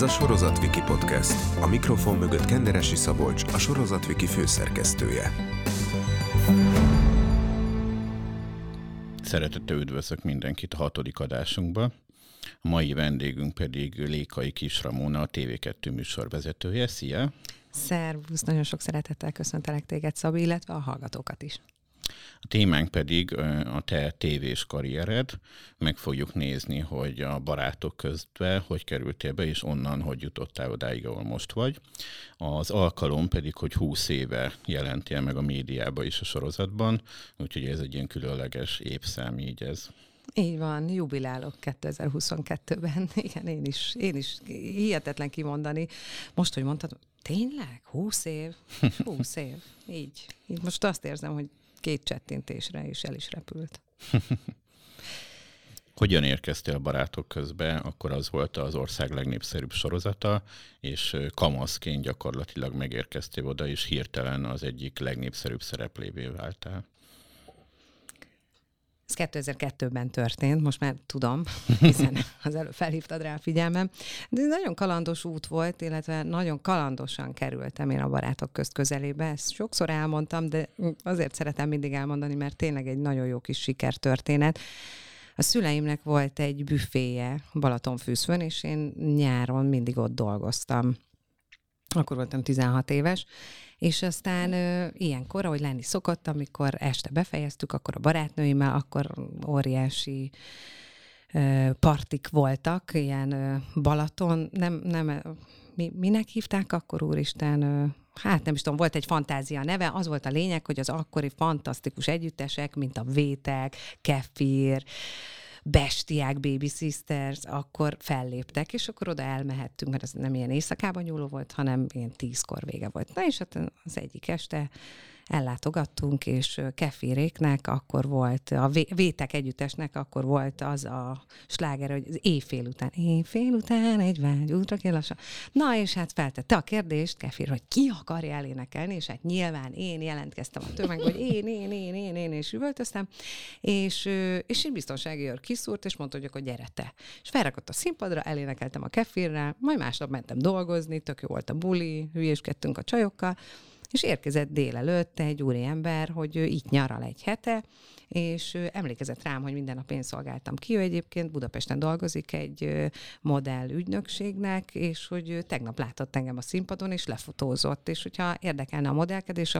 Ez a Sorozatviki Podcast. A mikrofon mögött Kenderesi Szabolcs, a Sorozatviki főszerkesztője. Szeretettel üdvözlök mindenkit a 6. adásunkba. A mai vendégünk pedig Lékai Kis Ramona, a TV2 műsorvezetője. Szia! Szervusz, nagyon sok szeretettel köszöntelek téged, Szabi, illetve a hallgatókat is. A témánk pedig a te tévés karriered. Meg fogjuk nézni, hogy a Barátok közben hogy kerültél be, és onnan hogy jutottál odáig, ahol most vagy. Az alkalom pedig, hogy 20 éve jelentél meg a médiában is a sorozatban, úgyhogy ez egy ilyen különleges évszám, így ez. Így van, jubilálok 2022-ben. Igen, én is hihetetlen kimondani. Most, hogy mondtad, tényleg? 20 év? 20 év. Így most azt érzem, hogy 2 csettintésre is el is repült. Hogyan érkeztél a Barátok közbe? Akkor az volt az ország legnépszerűbb sorozata, és kamaszként gyakorlatilag megérkeztél oda, és hirtelen az egyik legnépszerűbb szereplévé váltál. Ez 2002-ben történt, most már tudom, hiszen az előbb felhívtad rá a figyelmem. De ez nagyon kalandos út volt, illetve nagyon kalandosan kerültem én a Barátok közt közelébe. Ezt sokszor elmondtam, de azért szeretem mindig elmondani, mert tényleg egy nagyon jó kis sikertörténet. A szüleimnek volt egy büféje Balatonfürdőn, és én nyáron mindig ott dolgoztam. Akkor voltam 16 éves, és aztán ilyenkor, ahogy lenni szokott, amikor este befejeztük, akkor a barátnőimmel, akkor óriási partik voltak, ilyen Balaton, minek hívták akkor, úristen, hát nem is tudom, volt egy fantázia neve, az volt a lényeg, hogy az akkori fantasztikus együttesek, mint a Vétek, Kefir, Bestiák, Baby Sisters, akkor felléptek, és akkor oda elmehettünk, mert ez nem ilyen éjszakában nyúló volt, hanem ilyen 10-kor vége volt. Na és hát az egyik este ellátogattunk, és Kefiréknek akkor volt, a Vétek együttesnek akkor volt az a sláger, hogy az éjfél után egy vágy, útra kell lassan. Na és hát feltette a kérdést Kefir, hogy ki akarja elénekelni, és hát nyilván én jelentkeztem a tömegbe, hogy én, és üvöltöztem, és így biztonsági őr kiszúrt, és mondta, hogy akkor gyere te. És felrakott a színpadra, elénekeltem a Kefirrel, majd másnap mentem dolgozni, tök jó volt a buli, hülyéskedtünk a csajokkal, és érkezett délelőtt egy úriember, hogy ő itt nyaral egy hete, és emlékezett rám, hogy minden nap én szolgáltam ki. Ő egyébként Budapesten dolgozik egy modell ügynökségnek, és hogy tegnap látott engem a színpadon, és lefotózott, és hogyha érdekelne a modellkedés,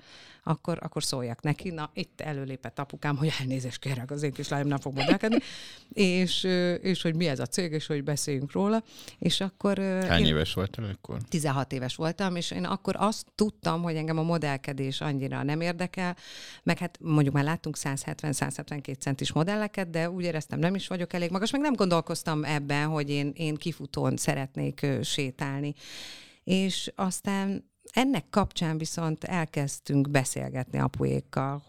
akkor szóljak neki. Na, itt előlépett apukám, hogy elnézést kérek, az én kislányom nem fog modellkedni, és hogy mi ez a cég, és hogy beszéljünk róla. És akkor... Hány éves voltál akkor? 16 éves voltam, és én akkor azt tudtam, hogy engem a modellkedés annyira nem érdekel, meg hát mondjuk már láttunk 170-172 centis modelleket, de úgy éreztem, nem is vagyok elég magas, meg nem gondolkoztam ebben, hogy én kifutón szeretnék sétálni. És aztán ennek kapcsán viszont elkezdtünk beszélgetni apuékkal,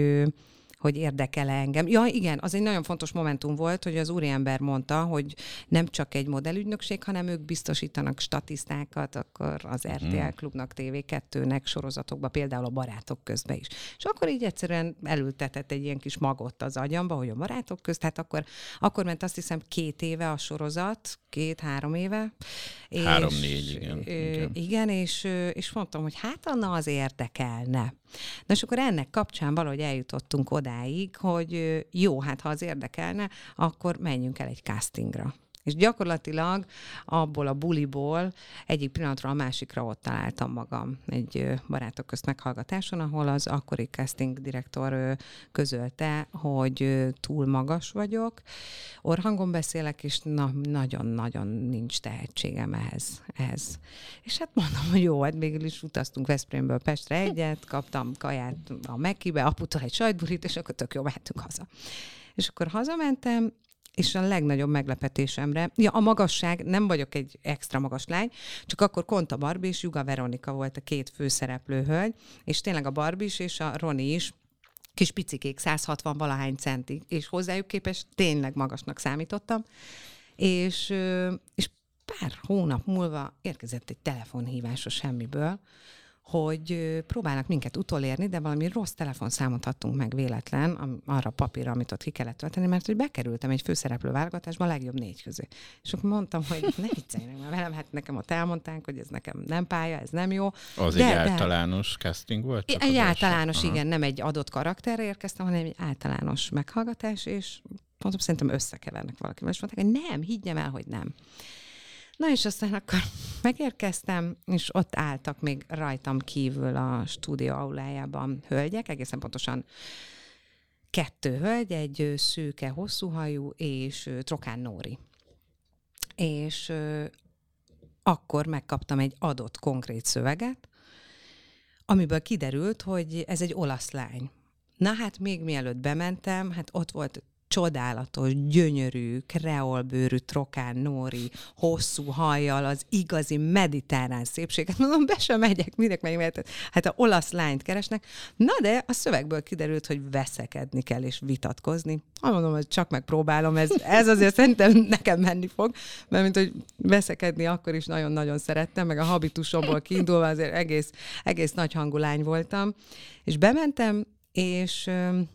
hogy érdekel-e engem. Ja, igen, az egy nagyon fontos momentum volt, hogy az úriember mondta, hogy nem csak egy modellügynökség, hanem ők biztosítanak statisztákat, akkor az RTL Klubnak, TV2-nek sorozatokba, például a Barátok közben is. És akkor így egyszerűen elültetett egy ilyen kis magot az agyamba, hogy a Barátok közt, hát akkor ment azt hiszem 2 éve a sorozat, 2-3 éve. 3-4, igen. Igen, és mondtam, hogy hát Anna az érdekelne. Na és akkor ennek kapcsán valahogy eljutottunk odáig, hogy jó, hát ha az érdekelne, akkor menjünk el egy castingra. És gyakorlatilag abból a buliból egyik pillanatról a másikra ott találtam magam egy Barátok közt meghallgatáson, ahol az akkori casting direktor közölte, hogy túl magas vagyok, orrhangon beszélek, és nagyon-nagyon nincs tehetségem ehhez. És hát mondom, hogy jó, hát végül is utaztunk Veszprémből Pestre egyet, kaptam kaját a Mekkibe, aputól egy sajtbulit, és akkor tök jó, mehetünk haza. És akkor hazamentem, és a legnagyobb meglepetésemre, a magasság, nem vagyok egy extra magas lány, csak akkor Konta Barbi és Juga Veronika volt a 2 főszereplő hölgy, és tényleg a Barbi is és a Roni is kis picikék, 160 valahány centi, és hozzájuk képest tényleg magasnak számítottam, és pár hónap múlva érkezett egy telefonhívás a semmiből, hogy próbálnak minket utolérni, de valami rossz telefonszámot adtunk meg véletlen arra a papírra, amit ott ki kellett tölteni, mert hogy bekerültem egy főszereplő válogatásba a legjobb 4 közé. És akkor mondtam, hogy ne vicceljenek már velem, hát nekem ott elmondták, hogy ez nekem nem pálya, ez nem jó. Az egy általános casting volt? Egy általános, igen, nem egy adott karakterre érkeztem, hanem egy általános meghallgatás, és mondtam, szerintem összekevernek valakivel. És mondták, hogy nem, higgyem el, hogy nem. Na és aztán akkor megérkeztem, és ott álltak még rajtam kívül a stúdió aulájában hölgyek, egészen pontosan 2 hölgy, egy szőke, hosszúhajú és Trokán Nóri. És akkor megkaptam egy adott konkrét szöveget, amiből kiderült, hogy ez egy olasz lány. Na hát még mielőtt bementem, hát ott volt csodálatos, gyönyörű, kreolbőrű Trokán Nóri, hosszú hajjal, az igazi mediterrán szépséget. Mondom, be sem megyek, minek. Hát a olasz lányt keresnek. Na de a szövegből kiderült, hogy veszekedni kell és vitatkozni. Mondom, hogy csak megpróbálom, ez azért szerintem nekem menni fog, mert mint hogy veszekedni akkor is nagyon-nagyon szerettem, meg a habitusomból kiindulva azért egész nagy hangú lány voltam. És bementem, és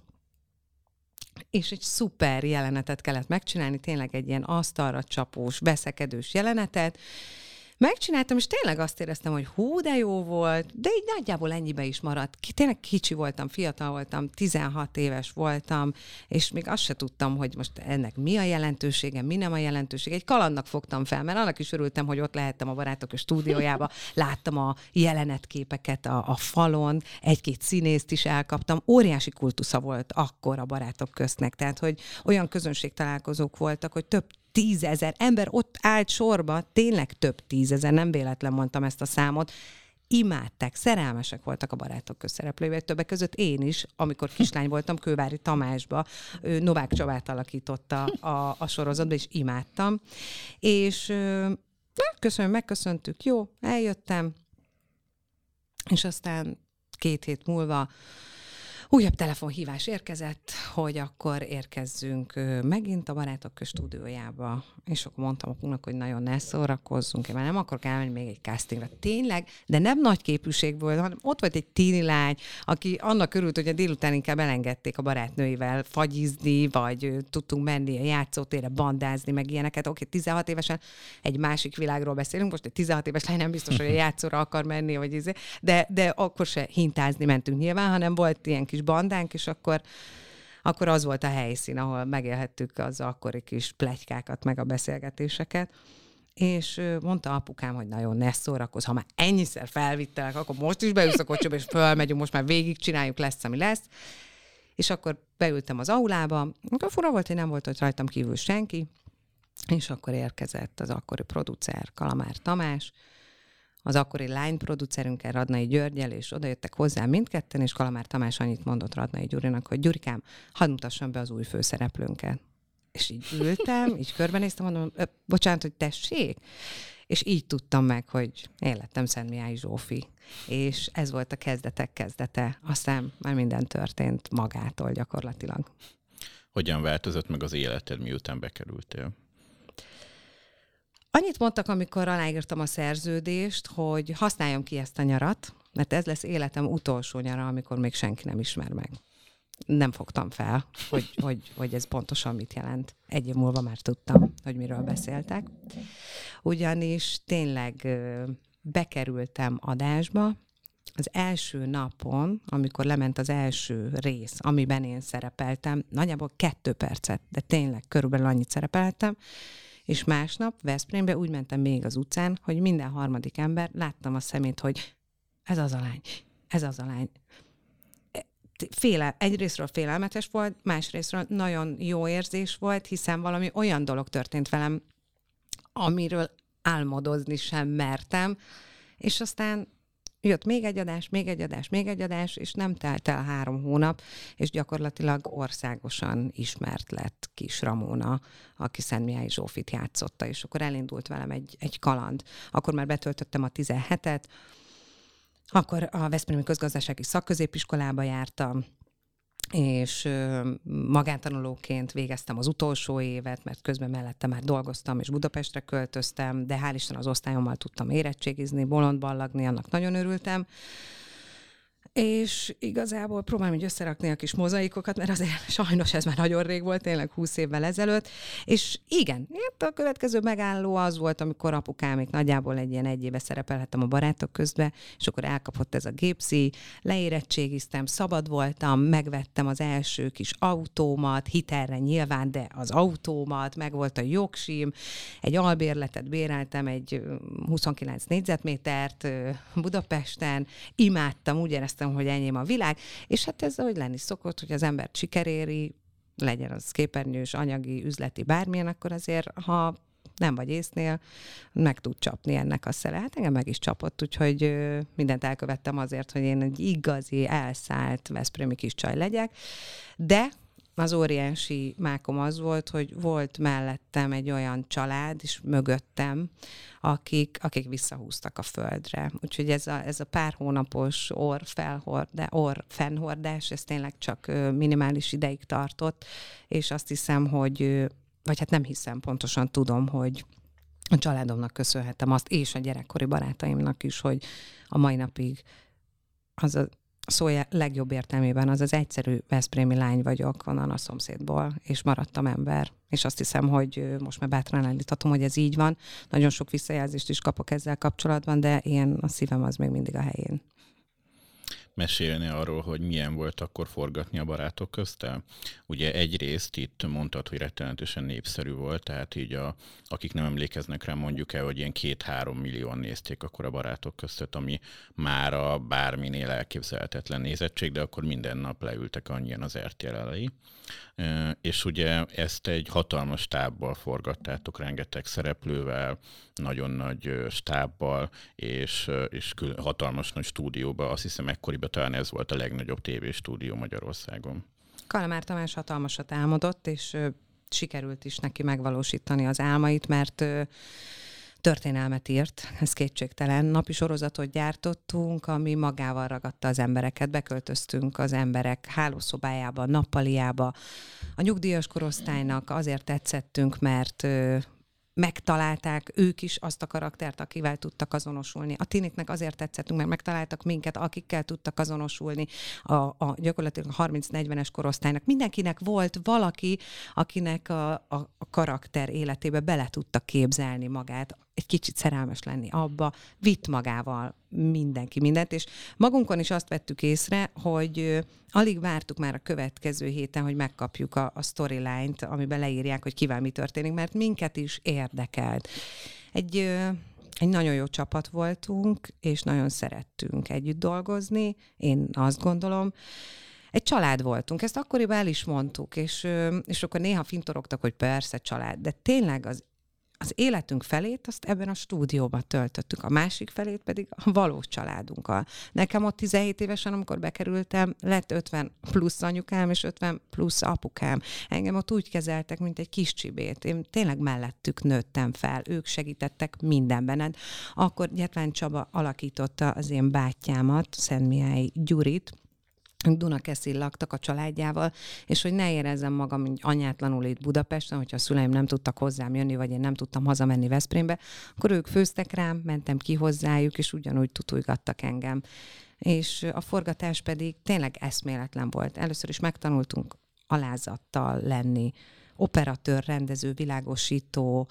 egy szuper jelenetet kellett megcsinálni, tényleg egy ilyen asztalra csapós, veszekedős jelenetet. Megcsináltam, és tényleg azt éreztem, hogy hú, de jó volt, de így nagyjából ennyibe is maradt. Tényleg kicsi voltam, fiatal voltam, 16 éves voltam, és még azt se tudtam, hogy most ennek mi a jelentősége, mi nem a jelentősége. Egy kalandnak fogtam fel, mert annak is örültem, hogy ott lehettem a Barátok stúdiójába, láttam a jelenetképeket a falon, 1-2 színészt is elkaptam. Óriási kultusza volt akkor a Barátok köztnek, tehát hogy olyan közönségtalálkozók voltak, hogy több 10 000 ember ott állt sorba, tényleg több 10 000, nem véletlen mondtam ezt a számot, imádták, szerelmesek voltak a Barátok közszereplőivel, többek között én is, amikor kislány voltam Kővári Tamásba, Novák Csabát alakította a sorozatban, és imádtam. És köszönöm, megköszöntük, jó, eljöttem, és aztán 2 hét múlva újabb telefonhívás érkezett, hogy akkor érkezzünk megint a Barátok stúdiójába, és akkor mondtam apunknak, hogy nagyon ne szórakozzunk, én már nem akarok elmenni még egy castingra. Tényleg, de nem nagy képűségből, hanem ott volt egy tini lány, aki annak örült, hogy a délután inkább elengedték a barátnőivel fagyizni, vagy tudtunk menni a játszótérre bandázni, meg ilyeneket. Oké, 16 évesen egy másik világról beszélünk, most egy 16 éves lány nem biztos, hogy a játszóra akar menni, vagy de akkor se hintázni mentünk nyilván, hanem volt ilyen kis bandánk, és akkor az volt a helyszín, ahol megélhettük az akkori kis pletykákat, meg a beszélgetéseket. És mondta apukám, hogy nagyon ne szórakozz, ha már ennyiszer felvittelek, akkor most is beülsz a kocsiba, és fölmegyünk, most már végigcsináljuk, lesz, ami lesz. És akkor beültem az aulába, akkor fura volt, hogy nem volt ott rajtam kívül senki, és akkor érkezett az akkori producer, Kalamár Tamás, az akkori lányproducerünkkel, Radnai Györgyel, és oda jöttek hozzám mindketten, és Kalamár Tamás annyit mondott Radnai Gyurinak, hogy Gyurikám, hadd mutassam be az új főszereplőnket. És így ültem, így körbenéztem, mondom, bocsánat, hogy tessék? És így tudtam meg, hogy én lettem Szentmiályi Zsófi. És ez volt a kezdetek kezdete. Aztán már minden történt magától gyakorlatilag. Hogyan változott meg az életed, miután bekerültél? Annyit mondtak, amikor aláírtam a szerződést, hogy használjam ki ezt a nyarat, mert ez lesz életem utolsó nyara, amikor még senki nem ismer meg. Nem fogtam fel, hogy ez pontosan mit jelent. 1 év múlva már tudtam, hogy miről beszéltek. Ugyanis tényleg bekerültem adásba. Az első napon, amikor lement az első rész, amiben én szerepeltem, nagyjából 2 percet, de tényleg körülbelül annyit szerepeltem, és másnap Veszprémbe úgy mentem még az utcán, hogy minden harmadik ember, láttam a szemét, hogy ez az a lány, ez az a lány. Egyrészről félelmetes volt, másrészről nagyon jó érzés volt, hiszen valami olyan dolog történt velem, amiről álmodozni sem mertem, és aztán jött még egy adás, és nem telt el 3 hónap, és gyakorlatilag országosan ismert lett Kis Ramóna, aki Szentmiályi Zsófit játszotta, és akkor elindult velem egy kaland. Akkor már betöltöttem a 17-et, akkor a Veszprémi Közgazdasági Szakközépiskolába jártam, és magántanulóként végeztem az utolsó évet, mert közben mellette már dolgoztam, és Budapestre költöztem, de hál' Isten az osztályommal tudtam érettségizni, bolondballagni, annak nagyon örültem. És igazából próbálom így összerakni a kis mozaikokat, mert azért sajnos ez már nagyon rég volt, tényleg 20 évvel ezelőtt. És igen, a következő megálló az volt, amikor apukámék nagyjából egy ilyen 1 éve szerepelhettem a Barátok közbe, és akkor elkapott ez a gépszi, leérettségiztem, szabad voltam, megvettem az első kis autómat, hitelre nyilván, de az autómat, meg volt a jogsim, egy albérletet béreltem, egy 29 négyzetmétert Budapesten, imádtam, úgy éreztem, hogy enyém a világ, és hát ez ahogy lenni szokott, hogy az embert sikeréri, legyen az képernyős, anyagi, üzleti, bármilyen, akkor azért, ha nem vagy észnél, meg tud csapni ennek a szele. Hát engem meg is csapott, úgyhogy mindent elkövettem azért, hogy én egy igazi, elszállt veszprémi kis csaj legyek, de az óriási mákom az volt, hogy volt mellettem egy olyan család, és mögöttem, akik visszahúztak a földre. Úgyhogy ez a pár hónapos orr-fennhordás, ez tényleg csak minimális ideig tartott, és azt hiszem, vagy hát nem hiszem, pontosan tudom, hogy a családomnak köszönhetem azt, és a gyerekkori barátaimnak is, hogy a mai napig az a szó legjobb értelmében az egyszerű veszprémi lány vagyok onnan a szomszédból, és maradtam ember. És azt hiszem, hogy most már bátran állíthatom, hogy ez így van. Nagyon sok visszajelzést is kapok ezzel kapcsolatban, de a szívem az még mindig a helyén. Mesélni arról, hogy milyen volt akkor forgatni a Barátok köztel? Ugye egyrészt itt mondtad, hogy rettenetesen népszerű volt, tehát így akik nem emlékeznek rá, mondjuk el, hogy ilyen 2-3 millióan nézték akkor a Barátok köztet, ami már a bárminél elképzelhetetlen nézettség, de akkor minden nap leültek annyian az RTL elejé. És ugye ezt egy hatalmas stábbal forgattátok, rengeteg szereplővel, nagyon nagy stábbal, és hatalmas nagy stúdióban. Azt hiszem, ekkoriban talán ez volt a legnagyobb tévéstúdió Magyarországon. Kalamár Tamás hatalmasat álmodott, és sikerült is neki megvalósítani az álmait, mert történelmet írt, ez kétségtelen. Napi sorozatot gyártottunk, ami magával ragadta az embereket. Beköltöztünk az emberek hálószobájába, nappaliába. A nyugdíjas korosztálynak azért tetszettünk, mert megtalálták ők is azt a karaktert, akivel tudtak azonosulni. A tiniknek azért tetszettünk, mert megtaláltak minket, akikkel tudtak azonosulni. Gyakorlatilag a 30-40-es korosztálynak. Mindenkinek volt valaki, akinek a karakter életébe bele tudta képzelni magát, egy kicsit szerelmes lenni abba, vitt magával mindenki mindent, és magunkon is azt vettük észre, hogy alig vártuk már a következő héten, hogy megkapjuk a storyline-t, amiben leírják, hogy kivel mi történik, mert minket is érdekelt. Egy nagyon jó csapat voltunk, és nagyon szerettünk együtt dolgozni, én azt gondolom. Egy család voltunk, ezt akkoriban el is mondtuk, és akkor néha fintorogtak, hogy persze család, de tényleg az életünk felét azt ebben a stúdióban töltöttük, a másik felét pedig a valós családunkkal. Nekem ott 17 évesen, amikor bekerültem, lett 50 plusz anyukám és 50 plusz apukám. Engem ott úgy kezeltek, mint egy kis csibét. Én tényleg mellettük nőttem fel, ők segítettek mindenben. Akkor Gyetván Csaba alakította az én bátyámat, Szentmihály Gyurit, Dunakeszin laktak a családjával, és hogy ne érezzem magam így anyátlanul itt Budapesten, hogyha a szüleim nem tudtak hozzám jönni, vagy én nem tudtam hazamenni Veszprémbe, akkor ők főztek rám, mentem ki hozzájuk, és ugyanúgy tutujgattak engem. És a forgatás pedig tényleg eszméletlen volt. Először is megtanultunk alázattal lenni, operatőr, rendező, világosító.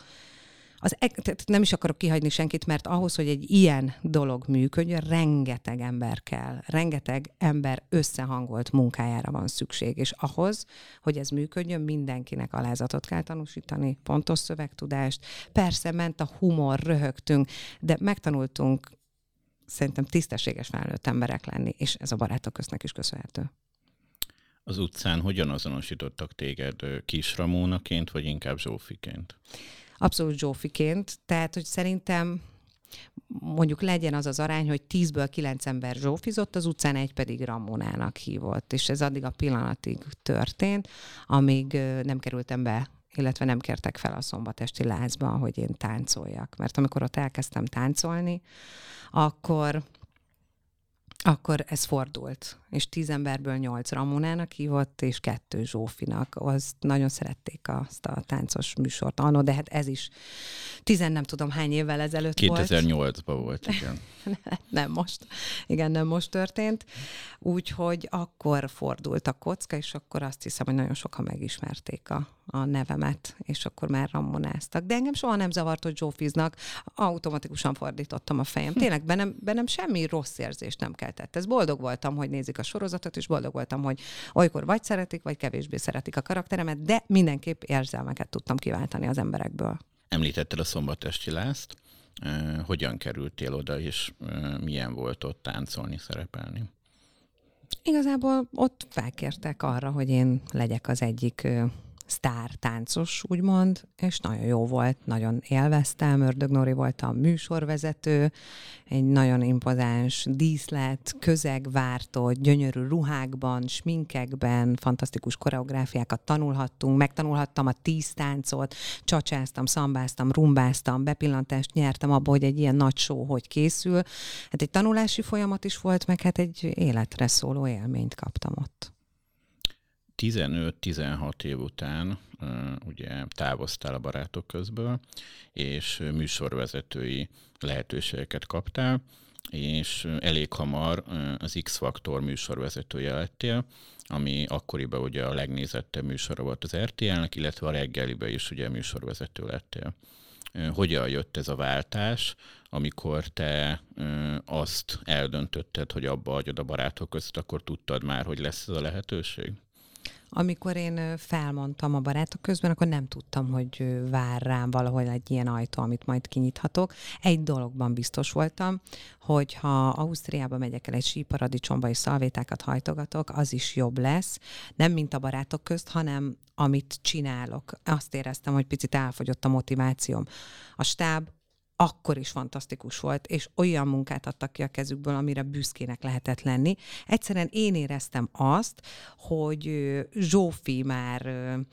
Nem is akarok kihagyni senkit, mert ahhoz, hogy egy ilyen dolog működjön, rengeteg ember kell. Rengeteg ember összehangolt munkájára van szükség, és ahhoz, hogy ez működjön, mindenkinek alázatot kell tanúsítani, pontos szövegtudást. Persze ment a humor, röhögtünk, de megtanultunk szerintem tisztességes felnőtt emberek lenni, és ez a Barátok köztnek is köszönhető. Az utcán hogyan azonosítottak téged, Kis Ramónaként, vagy inkább Zsófiként? Abszolút Zsófiként, tehát, hogy szerintem mondjuk legyen az az arány, hogy 10-ből 9 ember zsófizott, az utcán egy pedig Ramónának hívott, és ez addig a pillanatig történt, amíg nem kerültem be, illetve nem kértek fel a szombatesti lázba, hogy én táncoljak. Mert amikor ott elkezdtem táncolni, akkor Akkor ez fordult, és 10 emberből 8 Ramonának hívott, és 2 Zsófinak. Azt nagyon szerették azt a táncos műsort anno, de hát ez is 10 nem tudom hány évvel ezelőtt 2008-ban volt, igen. Nem most. Igen, nem most történt. Úgyhogy akkor fordult a kocka, és akkor azt hiszem, hogy nagyon sokan megismerték a nevemet, és akkor már ramonáztak. De engem soha nem zavart, hogy zsófiznak, automatikusan fordítottam a fejem. Tényleg bennem semmi rossz érzést nem keltett. Ez boldog voltam, hogy nézik a sorozatot, és boldog voltam, hogy olykor vagy szeretik, vagy kevésbé szeretik a karakteremet, de mindenképp érzelmeket tudtam kiváltani az emberekből. Említetted a Szombatesti Lázt. Hogyan kerültél oda, és milyen volt ott táncolni, szerepelni? Igazából ott felkértek arra, hogy én legyek az egyik sztár táncos, úgymond, és nagyon jó volt, nagyon élveztem. Ördög Nóri volt a műsorvezető, egy nagyon impozáns díszlet, közeg várt ott, gyönyörű ruhákban, sminkekben, fantasztikus koreográfiákat tanulhattunk, megtanulhattam a 10 táncot, csacsáztam, szambáztam, rumbáztam, bepillantást nyertem abba, hogy egy ilyen nagy show hogy készül. Hát egy tanulási folyamat is volt, meg hát egy életre szóló élményt kaptam ott. 15-16 év után ugye távoztál a Barátok közből, és műsorvezetői lehetőségeket kaptál, és elég hamar az X-Faktor műsorvezetője lettél, ami akkoriban ugye a legnézettebb műsora volt az RTL-nek, illetve a reggeliben is ugye műsorvezető lettél. Hogyan jött ez a váltás, amikor te azt eldöntötted, hogy abba hagyod a Barátok között, akkor tudtad már, hogy lesz ez a lehetőség? Amikor én felmondtam a Barátok közben, akkor nem tudtam, hogy vár rám valahol egy ilyen ajtó, amit majd kinyithatok. Egy dologban biztos voltam, hogy ha Ausztriába megyek el egy síparadicsomba és szalvétákat hajtogatok, az is jobb lesz. Nem mint a Barátok közt, hanem amit csinálok. Azt éreztem, hogy picit elfogyott a motivációm. A stáb akkor is fantasztikus volt, és olyan munkát adtak ki a kezükből, amire büszkének lehetett lenni. Egyszerűen én éreztem azt, hogy Zsófi már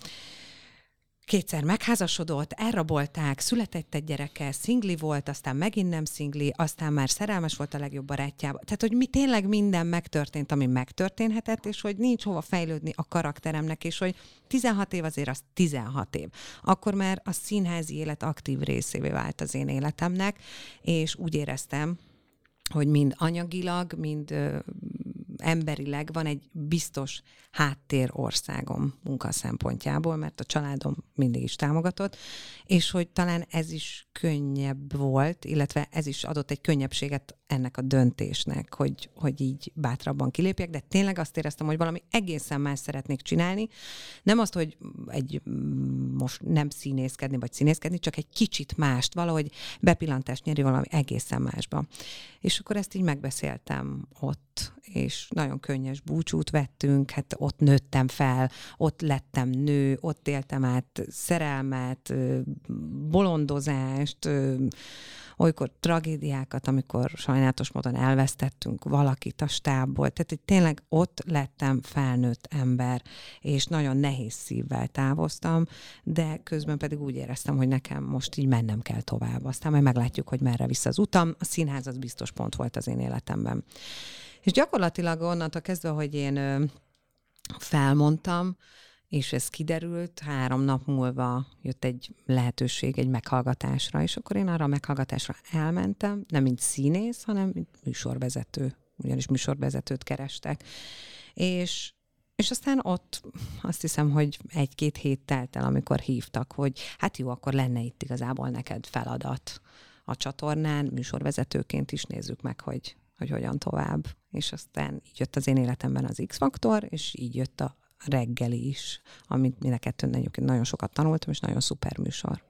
2-szer megházasodott, elrabolták, született egy gyereke, szingli volt, aztán megint nem szingli, aztán már szerelmes volt a legjobb barátjába. Tehát, hogy tényleg minden megtörtént, ami megtörténhetett, és hogy nincs hova fejlődni a karakteremnek, és hogy 16 év azért az 16 év. Akkor már a színházi élet aktív részévé vált az én életemnek, és úgy éreztem, hogy mind anyagilag, mind emberileg van egy biztos háttér országom munka szempontjából, mert a családom mindig is támogatott, és hogy talán ez is könnyebb volt, illetve ez is adott egy könnyebbséget ennek a döntésnek, hogy így bátrabban kilépjek, de tényleg azt éreztem, hogy valami egészen más szeretnék csinálni. Nem azt, hogy most nem színészkedni, vagy színészkedni, csak egy kicsit mást, valahogy bepillantást nyeri valami egészen másba. És akkor ezt így megbeszéltem ott, és nagyon könnyes búcsút vettünk, hát ott nőttem fel, ott lettem nő, ott éltem át szerelmet, bolondozást, olykor tragédiákat, amikor sajnálatos módon elvesztettünk valakit a stábból. Tehát tényleg ott lettem felnőtt ember, és nagyon nehéz szívvel távoztam, de közben pedig úgy éreztem, hogy nekem most így mennem kell tovább. Aztán majd meglátjuk, hogy merre vissza az utam. A színház az biztos pont volt az én életemben. És gyakorlatilag onnantól kezdve, hogy én felmondtam, és ez kiderült, 3 nap múlva jött egy lehetőség egy meghallgatásra, és akkor én arra a meghallgatásra elmentem, nem mint színész, hanem mint műsorvezető, ugyanis műsorvezetőt kerestek. És aztán ott azt hiszem, hogy 1-2 hét telt el, amikor hívtak, hogy hát jó, akkor lenne itt igazából neked feladat a csatornán, műsorvezetőként is nézzük meg, hogy hogyan tovább. És aztán így jött az én életemben az X-faktor, és így jött a reggeli is, amit mind a kettőn nagyon sokat tanultam, és nagyon szuper műsor.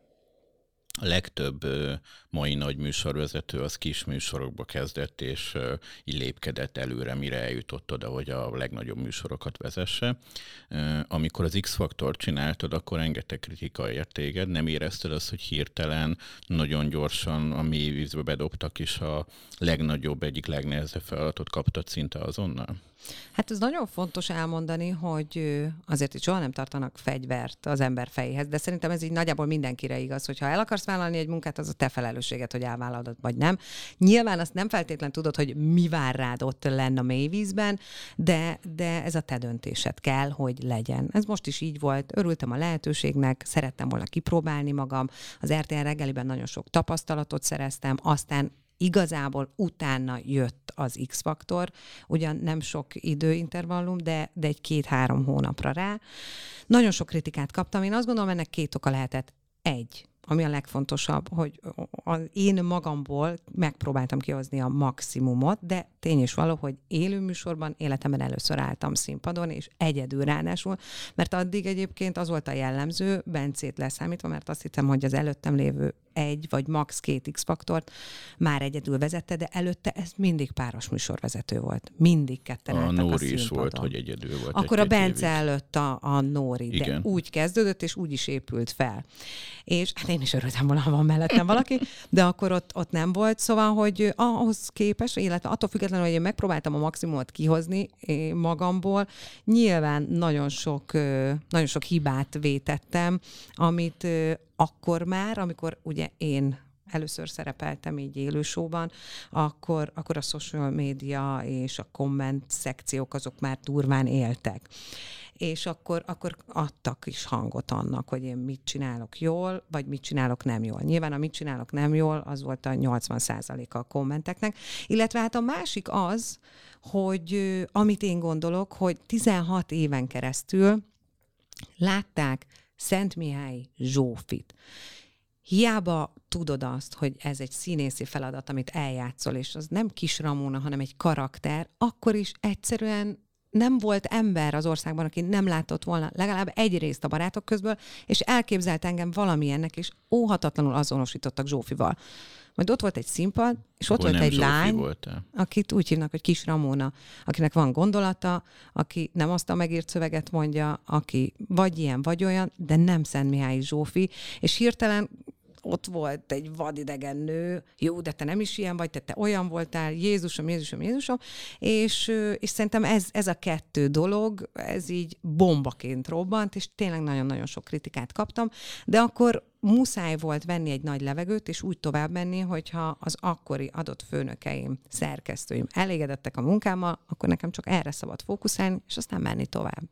A legtöbb mai nagy műsorvezető az kis műsorokba kezdett, és így lépkedett előre, mire eljutott oda, hogy a legnagyobb műsorokat vezesse. Amikor az X-faktort csináltad, akkor rengeteg kritika ért téged. Nem érezted azt, hogy hirtelen, nagyon gyorsan a mély vízbe bedobtak, és a legnagyobb, egyik legnehezebb feladatot kaptad szinte azonnal? Hát ez nagyon fontos elmondani, hogy azért itt soha nem tartanak fegyvert az ember fejéhez, de szerintem ez így nagyjából mindenkire igaz, hogy ha el akarsz akarsz vállalni egy munkát, az a te felelősséged, hogy elvállalod, vagy nem. Nyilván azt nem feltétlen tudod, hogy mi vár rád ott lenn a mélyvízben, de ez a te döntésed kell, hogy legyen. Ez most is így volt, örültem a lehetőségnek, szerettem volna kipróbálni magam, az RTL reggeliben nagyon sok tapasztalatot szereztem, aztán igazából utána jött az X-faktor, ugyan nem sok időintervallum, de egy 2-3 hónapra rá. Nagyon sok kritikát kaptam, én azt gondolom, ennek 2 oka lehetett. Egy, ami a legfontosabb, hogy én magamból megpróbáltam kihozni a maximumot, de tény is való, hogy élő műsorban életemben először álltam színpadon, és egyedül ráadásul, mert addig egyébként az volt a jellemző, Bencét leszámítva, mert azt hittem, hogy az előttem lévő 1 vagy max. 2 X-faktort már egyedül vezette, de előtte ez mindig páros műsorvezető volt. Mindig ketten álltak a színpadon. A Nóri is volt, hogy egyedül volt. Akkor a Bence előtt a Nóri, de igen. Úgy kezdődött, és úgy is épült fel. És hát én is örültem volna, ha van mellettem valaki, de akkor ott nem volt. Szóval, hogy ahhoz képest, illetve attól függetlenül, hogy én megpróbáltam a maximumot kihozni magamból, nyilván nagyon sok hibát vétettem, amit akkor már, amikor ugye én először szerepeltem így élő showban, akkor a social media és a komment szekciók azok már durván éltek. És akkor adtak is hangot annak, hogy én mit csinálok jól, vagy mit csinálok nem jól. Nyilván a mit csinálok nem jól, az volt a 80%-a a kommenteknek. Illetve hát a másik az, hogy amit én gondolok, hogy 16 éven keresztül látták Szentmihályi Zsófit. Hiába tudod azt, hogy ez egy színészi feladat, amit eljátszol, és az nem Kis Ramona, hanem egy karakter, akkor is egyszerűen nem volt ember az országban, aki nem látott volna legalább egy részt a Barátok közből, és elképzelt engem valamilyennek, és óhatatlanul azonosítottak Zsófival. Majd ott volt egy színpad, és ott volt egy lány, akit úgy hívnak, hogy Kis Ramona, akinek van gondolata, aki nem azt a megírt szöveget mondja, aki vagy ilyen, vagy olyan, de nem Szentmihályi Zsófi, és hirtelen ott volt egy vadidegen nő, jó, de te nem is ilyen vagy, te olyan voltál, Jézusom, és szerintem ez a 2 dolog, ez így bombaként robbant, és tényleg nagyon-nagyon sok kritikát kaptam, de akkor muszáj volt venni egy nagy levegőt, és úgy tovább menni, hogyha az akkori adott főnökeim, szerkesztőim elégedettek a munkámmal, akkor nekem csak erre szabad fókuszálni, és aztán menni tovább.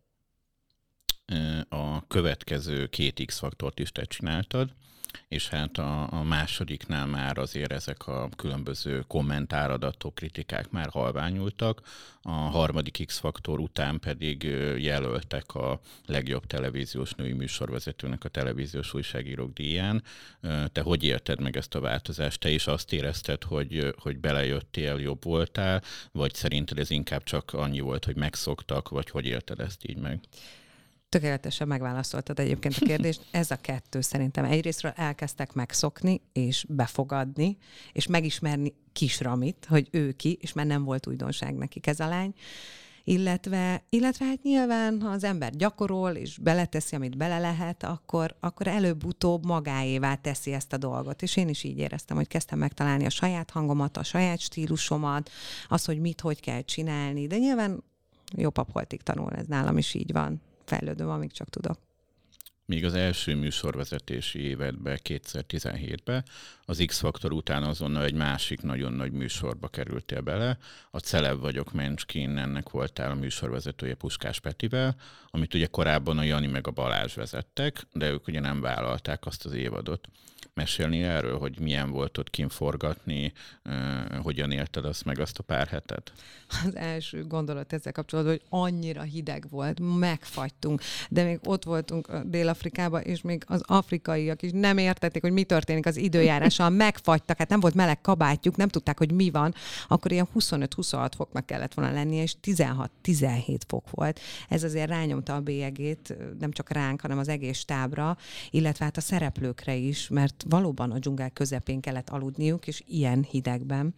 A következő 2 X-faktort is te csináltad, és hát a másodiknál már azért ezek a különböző kommentáradatok, kritikák már halványultak, a harmadik X-faktor után pedig jelöltek a legjobb televíziós női műsorvezetőnek a televíziós újságírók díján. Te hogy élted meg ezt a változást? Te is azt érezted, hogy belejöttél, jobb voltál, vagy szerinted ez inkább csak annyi volt, hogy megszoktak, vagy hogy élted ezt így meg? Tökéletesen megválaszoltad egyébként a kérdést. Ez a 2 szerintem. Egyrésztről elkezdtek megszokni, és befogadni, és megismerni Kis Ramit, hogy ő ki, és már nem volt újdonság nekik ez a lány. Illetve hát nyilván, ha az ember gyakorol, és beleteszi, amit bele lehet, akkor előbb-utóbb magáévá teszi ezt a dolgot. És én is így éreztem, hogy kezdtem megtalálni a saját hangomat, a saját stílusomat, az, hogy mit, hogy kell csinálni. De nyilván jó papoltig tanul, ez nálam is így van. Fejlődöm, amíg csak tudok. Még az első műsorvezetési évedben, 2017-ben, az X-faktor után azonnal egy másik nagyon nagy műsorba kerültél bele. A Celeb vagyok Mencskin, ennek voltál a műsorvezetője Puskás Petivel, amit ugye korábban a Jani meg a Balázs vezettek, de ők ugye nem vállalták azt az évadot. Mesélni erről, hogy milyen volt ott kint forgatni, hogyan élted azt meg azt a pár hetet? Az első gondolat ezzel kapcsolatban, hogy annyira hideg volt, megfagytunk, de még ott voltunk Dél-Afrikában, és még az afrikaiak is nem értették, hogy mi történik az időjárással, megfagytak, hát nem volt meleg kabátjuk, nem tudták, hogy mi van, akkor ilyen 25-26 foknak kellett volna lennie, és 16-17 fok volt. Ez azért rányomta a bélyegét, nem csak ránk, hanem az egész stábra, illetve hát a szereplőkre is, mert valóban a dzsungel közepén kellett aludniuk, és ilyen hidegben.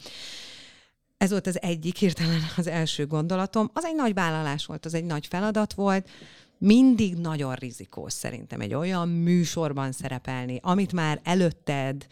Ez volt az egyik hirtelen az első gondolatom. Az egy nagy vállalás volt, az egy nagy feladat volt. Mindig nagyon rizikós szerintem egy olyan műsorban szerepelni, amit már előtted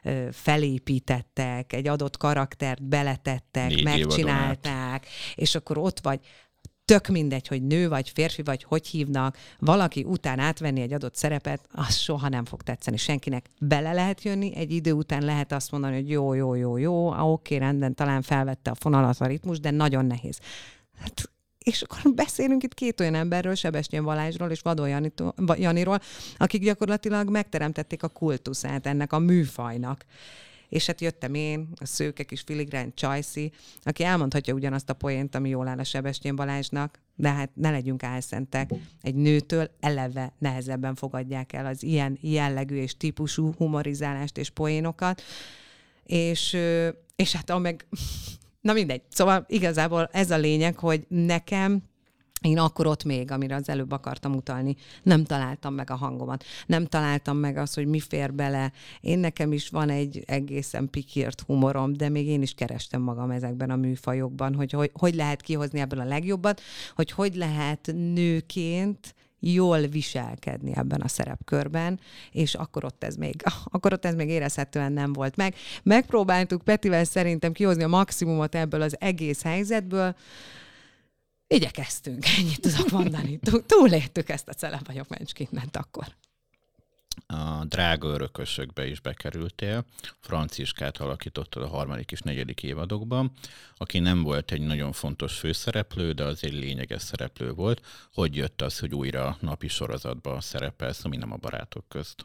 felépítettek, egy adott karaktert beletettek, megcsinálták, és akkor ott vagy. tök mindegy, hogy nő vagy férfi vagy, hogy hívnak, valaki után átvenni egy adott szerepet, az soha nem fog tetszeni senkinek. Bele lehet jönni, egy idő után lehet azt mondani, hogy jó, oké, rendben, talán felvette a fonalat, a ritmus, de nagyon nehéz. Hát, és akkor beszélünk itt két olyan emberről, Sebestyén Balázsról és Vadon Janiról, akik gyakorlatilag megteremtették a kultuszát ennek a műfajnak. És hát jöttem én, a szőke kis filigrán Csajci, aki elmondhatja ugyanazt a poént, ami jól áll a Sebestyén Balázsnak, de hát ne legyünk álszentek. Egy nőtől eleve nehezebben fogadják el az ilyen jellegű és típusú humorizálást és poénokat. És hát meg... Na mindegy. Szóval igazából ez a lényeg, hogy nekem én akkor ott még, amire az előbb akartam utalni, nem találtam meg a hangomat. Nem találtam meg azt, hogy mi fér bele. Nekem is van egy egészen pikírt humorom, de még én is kerestem magam ezekben a műfajokban, hogy lehet kihozni ebből a legjobbat, hogy lehet nőként jól viselkedni ebben a szerepkörben, és akkor ott ez még érezhetően nem volt meg. Megpróbáltuk Petivel szerintem kihozni a maximumot ebből az egész helyzetből. Igyekeztünk, ennyit tudok mondani. Túléltük ezt a Celeb vagyok Mencskinment akkor. A Drága örökösökbe is bekerültél. Franciskát alakítottad a 3. és 4. évadokban, aki nem volt egy nagyon fontos főszereplő, de az egy lényeges szereplő volt. Hogy jött az, hogy újra napi sorozatba szerepelsz, ami nem a Barátok közt?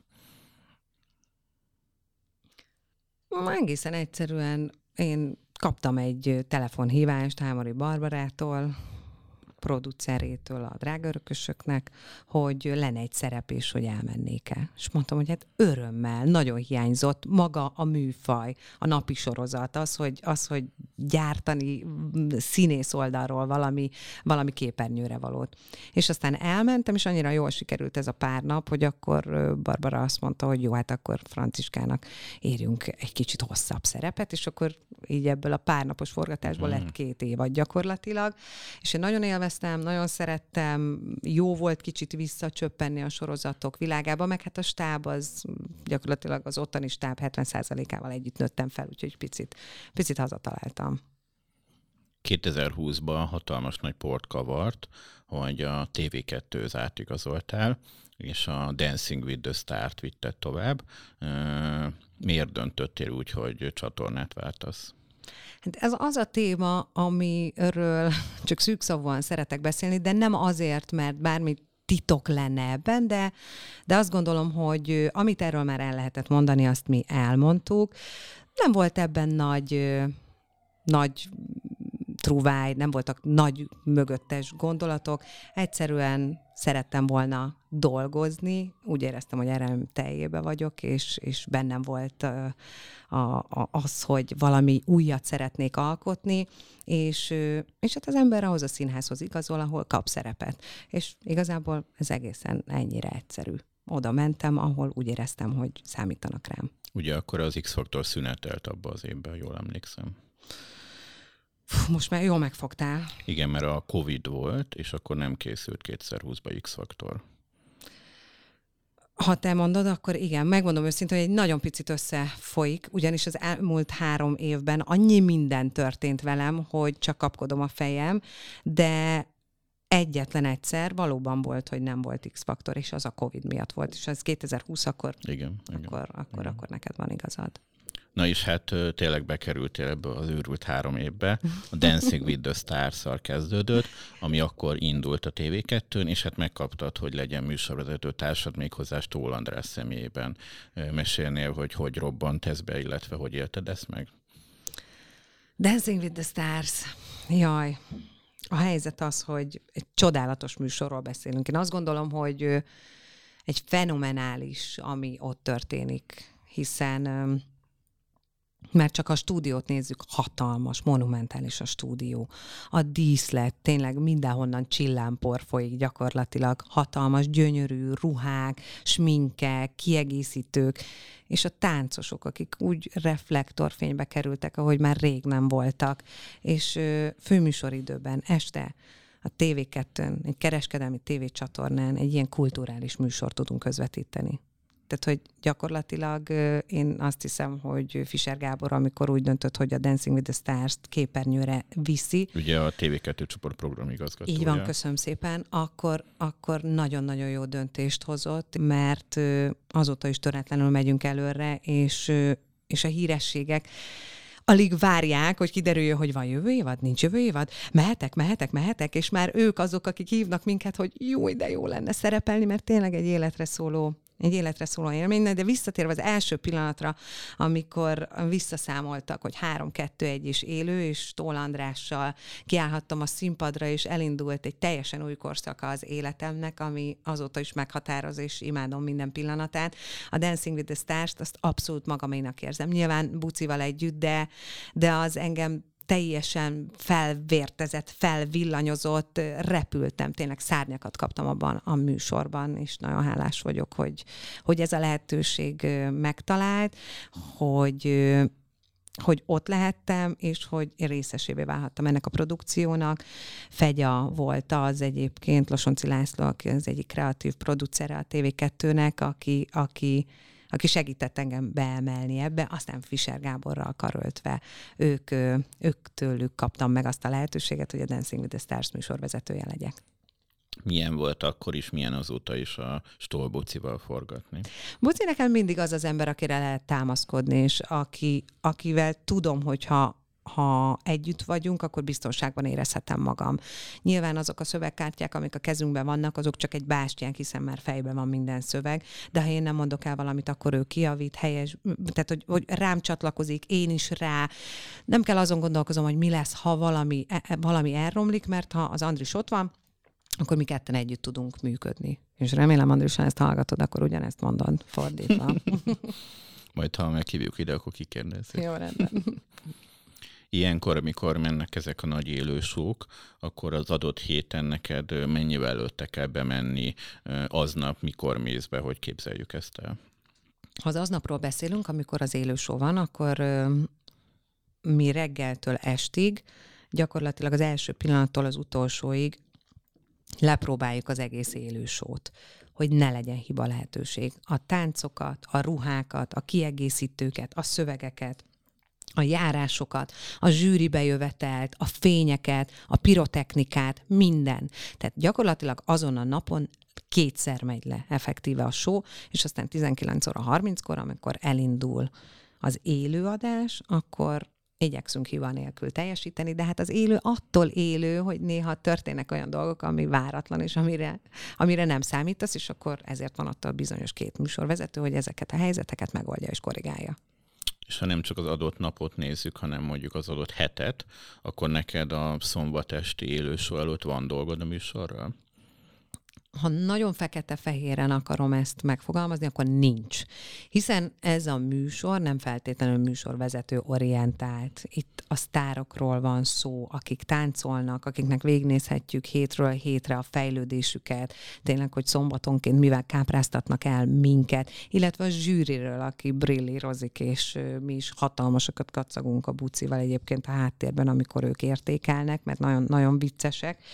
Egészen egyszerűen én kaptam egy telefonhívást Hámori Barbarától, producerétől, a Drága örökösöknek, hogy lenne egy szerep, és hogy elmennék-e. És mondtam, hogy hát örömmel, nagyon hiányzott maga a műfaj, a napi sorozat, az, hogy gyártani színész oldalról valami képernyőre valót. És aztán elmentem, és annyira jól sikerült ez a pár nap, hogy akkor Barbara azt mondta, hogy jó, hát akkor Franciskának érjünk egy kicsit hosszabb szerepet, és akkor így ebből a párnapos forgatásból lett 2 évad gyakorlatilag, és én nagyon élveztem, nagyon szerettem, jó volt kicsit visszacsöppenni a sorozatok világába, meg hát a stáb az gyakorlatilag az ottani stáb 70%-ával együtt nőttem fel, úgyhogy picit hazataláltam. 2020-ban hatalmas nagy port kavart, hogy a TV2-höz átigazoltál, és a Dancing with the Start vitted tovább. Miért döntöttél úgy, hogy csatornát váltasz? Hát ez az a téma, amiről csak szűkszavúan szeretek beszélni, de nem azért, mert bármi titok lenne ebben, de azt gondolom, hogy amit erről már el lehetett mondani, azt mi elmondtuk. Nem volt ebben nagy truváj, nem voltak nagy mögöttes gondolatok. Egyszerűen szerettem volna dolgozni, úgy éreztem, hogy erőm teljébe vagyok, és bennem volt az, hogy valami újat szeretnék alkotni, és hát az ember ahhoz a színházhoz igazol, ahol kap szerepet. És igazából ez egészen ennyire egyszerű. Oda mentem, ahol úgy éreztem, hogy számítanak rám. Ugye akkor az X-faktor szünetelt abba az évben, jól emlékszem. Most már jól megfogtál. Igen, mert a Covid volt, és akkor nem készült 2020-ban X-faktor. Ha te mondod, akkor igen, megmondom őszintén, hogy egy nagyon picit összefolyik, ugyanis az elmúlt 3 évben annyi minden történt velem, hogy csak kapkodom a fejem, de egyetlen egyszer valóban volt, hogy nem volt X-faktor, és az a Covid miatt volt, és az 2020, akkor neked van igazad. Na és hát tényleg bekerültél ebbe az őrült 3 évbe. A Dancing with the Stars-szal kezdődött, ami akkor indult a TV2-n, és hát megkaptad, hogy legyen műsorvezető társad, méghozzá Stól András személyében. Mesélnél, hogy robbant ez be, illetve hogy élted ezt meg? Dancing with the Stars. Jaj. A helyzet az, hogy egy csodálatos műsorról beszélünk. Én azt gondolom, hogy egy fenomenális, ami ott történik, hiszen mert csak a stúdiót nézzük, hatalmas, monumentális a stúdió. A díszlet, tényleg mindenhonnan csillámpor folyik gyakorlatilag, hatalmas, gyönyörű ruhák, sminkek, kiegészítők, és a táncosok, akik úgy reflektorfénybe kerültek, ahogy már rég nem voltak, és főműsoridőben, este a TV2-n, egy kereskedelmi tévécsatornán egy ilyen kulturális műsort tudunk közvetíteni. Tehát, hogy gyakorlatilag én azt hiszem, hogy Fischer Gábor, amikor úgy döntött, hogy a Dancing with the Stars-t képernyőre viszi. Ugye a TV2 csoport programigazgatója. Így van, köszönöm szépen. Akkor nagyon-nagyon jó döntést hozott, mert azóta is töretlenül megyünk előre, és a hírességek alig várják, hogy kiderüljön, hogy van jövő évad, nincs jövő évad, mehetek, és már ők azok, akik hívnak minket, hogy jó, de jó lenne szerepelni, mert tényleg egy életre szóló élmény, de visszatérve az első pillanatra, amikor visszaszámoltak, hogy 3-2-1 is élő, és Tóth Andrással kiállhattam a színpadra, és elindult egy teljesen új korszaka az életemnek, ami azóta is meghatároz, és imádom minden pillanatát. A Dancing with the Stars-t azt abszolút magaménak érzem. Nyilván Bucival együtt, de az engem teljesen felvértezett, felvillanyozott, repültem, tényleg szárnyakat kaptam abban a műsorban, és nagyon hálás vagyok, hogy ez a lehetőség megtalált, hogy ott lehettem, és hogy részesévé válhattam ennek a produkciónak. Fegya volt az egyébként, Losonci László, aki az egyik kreatív producere a TV2-nek, aki segített engem beemelni ebbe, aztán Fischer Gáborral karöltve ők tőlük kaptam meg azt a lehetőséget, hogy a Dancing with the Stars műsorvezetője legyek. Milyen volt akkor is, milyen azóta is a Stoll Bucival forgatni? Buci nekem mindig az ember, akire lehet támaszkodni, és akivel tudom, hogyha együtt vagyunk, akkor biztonságban érezhetem magam. Nyilván azok a szövegkártyák, amik a kezünkben vannak, azok csak egy bástyán, hiszen már fejben van minden szöveg, de ha én nem mondok el valamit, akkor ő kijavít, helyes, tehát hogy rám csatlakozik, én is rá. Nem kell azon gondolkozom, hogy mi lesz, ha valami elromlik, mert ha az Andris ott van, akkor mi ketten együtt tudunk működni. És remélem, Andris, ha ezt hallgatod, akkor ugyanezt mondod fordítva. Majd ha meghívjuk ide, akkor kikérdezzük. Jó, rendben. Ilyenkor, amikor mennek ezek a nagy élősók, akkor az adott héten neked mennyivel előtte kell bemenni, aznap mikor mész be, hogy képzeljük ezt el? Ha az aznapról beszélünk, amikor az élősó van, akkor mi reggeltől estig, gyakorlatilag az első pillanattól az utolsóig lepróbáljuk az egész élősót, hogy ne legyen hiba lehetőség. A táncokat, a ruhákat, a kiegészítőket, a szövegeket, a járásokat, a zsűribe jövetelt, a fényeket, a pirotechnikát, minden. Tehát gyakorlatilag azon a napon kétszer megy le effektíve a show, és aztán 19 óra 30-kor, amikor elindul az élőadás, akkor igyekszünk hiba nélkül teljesíteni, de hát az élő attól élő, hogy néha történnek olyan dolgok, ami váratlan, és amire nem számítasz, és akkor ezért van ott a bizonyos két műsorvezető, hogy ezeket a helyzeteket megoldja és korrigálja. És ha nem csak az adott napot nézzük, hanem mondjuk az adott hetet, akkor neked a szombat esti élőshow előtt van dolgod a műsorral? Ha nagyon fekete-fehéren akarom ezt megfogalmazni, akkor nincs. Hiszen ez a műsor nem feltétlenül műsorvezető orientált. Itt a sztárokról van szó, akik táncolnak, akiknek végignézhetjük hétről hétre a fejlődésüket, tényleg, hogy szombatonként mivel kápráztatnak el minket, illetve a zsűriről, aki brillírozik, és mi is hatalmasokat kacagunk a Bucival egyébként a háttérben, amikor ők értékelnek, mert nagyon, nagyon viccesek.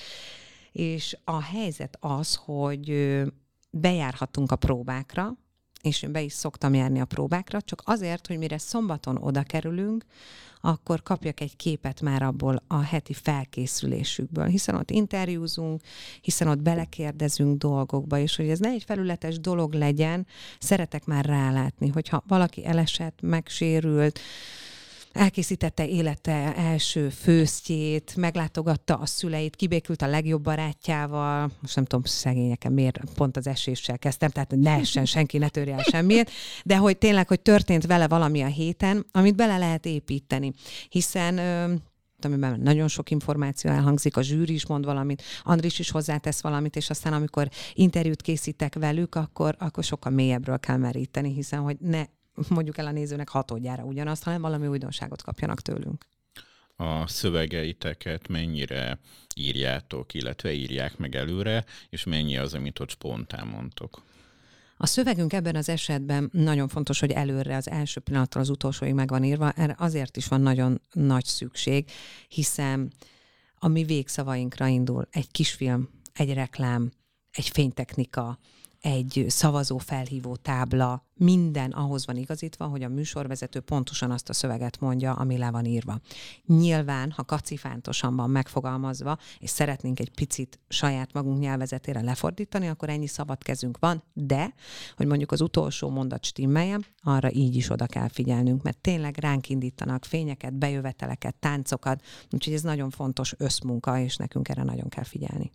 És a helyzet az, hogy bejárhatunk a próbákra, és én be is szoktam járni a próbákra, csak azért, hogy mire szombaton oda kerülünk, akkor kapjak egy képet már abból a heti felkészülésükből, hiszen ott interjúzunk, hiszen ott belekérdezünk dolgokba, és hogy ez ne egy felületes dolog legyen, szeretek már rálátni, hogyha valaki elesett, megsérült, elkészítette élete első főztjét, meglátogatta a szüleit, kibékült a legjobb barátjával, most nem tudom, szegényeken miért pont az eséssel kezdtem, tehát ne essen senki, ne törje el semmiért, de hogy tényleg, hogy történt vele valami a héten, amit bele lehet építeni, hiszen amiben nagyon sok információ elhangzik, a zsűri is mond valamit, Andris is hozzátesz valamit, és aztán amikor interjút készítek velük, akkor sokkal mélyebbről kell meríteni, hiszen hogy ne mondjuk el a nézőnek hatodjára ugyanazt, hanem valami újdonságot kapjanak tőlünk. A szövegeiteket mennyire írjátok, illetve írják meg előre, és mennyi az, amit ott spontán mondtok? A szövegünk ebben az esetben nagyon fontos, hogy előre az első pillanattól az utolsóig meg van írva. Erre azért is van nagyon nagy szükség, hiszen a mi végszavainkra indul egy kisfilm, egy reklám, egy fénytechnika, egy szavazó felhívó tábla, minden ahhoz van igazítva, hogy a műsorvezető pontosan azt a szöveget mondja, ami le van írva. Nyilván, ha kacifántosan van megfogalmazva, és szeretnénk egy picit saját magunk nyelvezetére lefordítani, akkor ennyi szabad kezünk van, de, hogy mondjuk az utolsó mondat stimmeljen, arra így is oda kell figyelnünk, mert tényleg ránk indítanak fényeket, bejöveteleket, táncokat, úgyhogy ez nagyon fontos összmunka, és nekünk erre nagyon kell figyelni.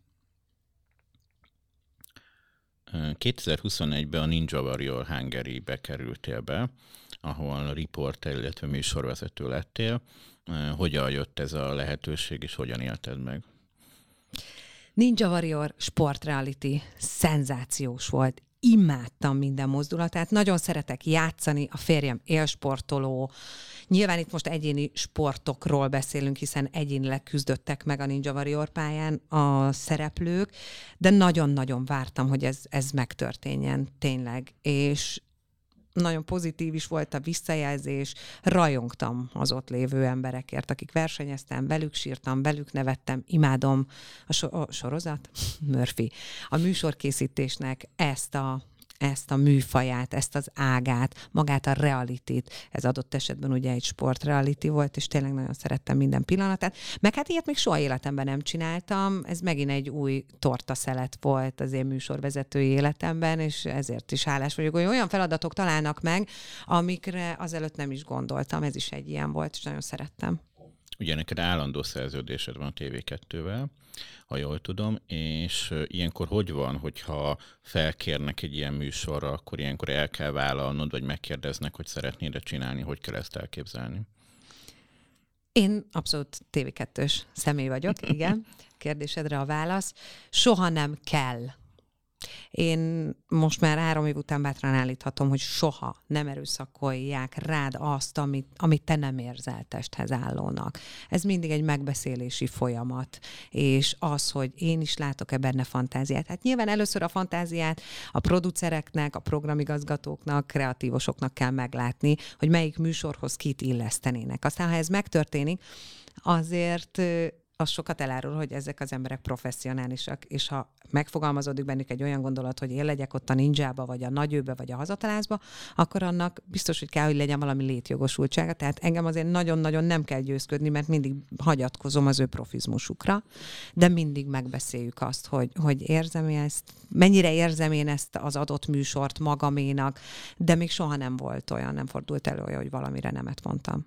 2021-ben a Ninja Warrior Hungary-be kerültél be, ahol riporter, illetve műsorvezető lettél. Hogyan jött ez a lehetőség, és hogyan élted meg? Ninja Warrior sportreality szenzációs volt. Imádtam minden mozdulatát. Nagyon szeretek játszani, a férjem élsportoló. Nyilván itt most egyéni sportokról beszélünk, hiszen egyénileg küzdöttek meg a Ninja Warrior pályán a szereplők, de nagyon-nagyon vártam, hogy ez megtörténjen tényleg. És nagyon pozitív is volt a visszajelzés, rajongtam az ott lévő emberekért, akik versenyeztem, velük sírtam, velük nevettem, imádom a sorozat, Murphy, a műsorkészítésnek ezt a műfaját, ezt az ágát, magát a realityt, ez adott esetben ugye egy sportreality volt, és tényleg nagyon szerettem minden pillanatát. Meg hát ilyet még soha életemben nem csináltam, ez megint egy új tortaszelet volt az én műsorvezetői életemben, és ezért is hálás vagyok, hogy olyan feladatok találnak meg, amikre azelőtt nem is gondoltam, ez is egy ilyen volt, és nagyon szerettem. Ugye neked állandó szerződésed van a TV2-vel, ha jól tudom, és ilyenkor hogy van, hogyha felkérnek egy ilyen műsorra, akkor ilyenkor el kell vállalnod, vagy megkérdeznek, hogy szeretnéd csinálni, hogy kell ezt elképzelni? Én abszolút TV2-s személy vagyok, igen. Kérdésedre a válasz. Soha nem kell. Én most már 3 év után bátran állíthatom, hogy soha nem erőszakolják rád azt, amit te nem érzel testhez állónak. Ez mindig egy megbeszélési folyamat, és az, hogy én is látok-e benne fantáziát. Hát nyilván először a fantáziát a producereknek, a programigazgatóknak, kreatívosoknak kell meglátni, hogy melyik műsorhoz kit illesztenének. Aztán, ha ez megtörténik, azért az sokat elárul, hogy ezek az emberek professzionálisak, és ha megfogalmazódik bennük egy olyan gondolat, hogy én legyek ott a ninjába, vagy a nagyőbe, vagy a hazatalászba, akkor annak biztos, hogy kell, hogy legyen valami létjogosultsága. Tehát engem azért nagyon-nagyon nem kell győzködni, mert mindig hagyatkozom az ő profizmusukra, de mindig megbeszéljük azt, hogy érzem ezt, mennyire érzem én ezt az adott műsort magaménak, de még soha nem volt olyan, nem fordult elő olyan, hogy valamire nemet mondtam.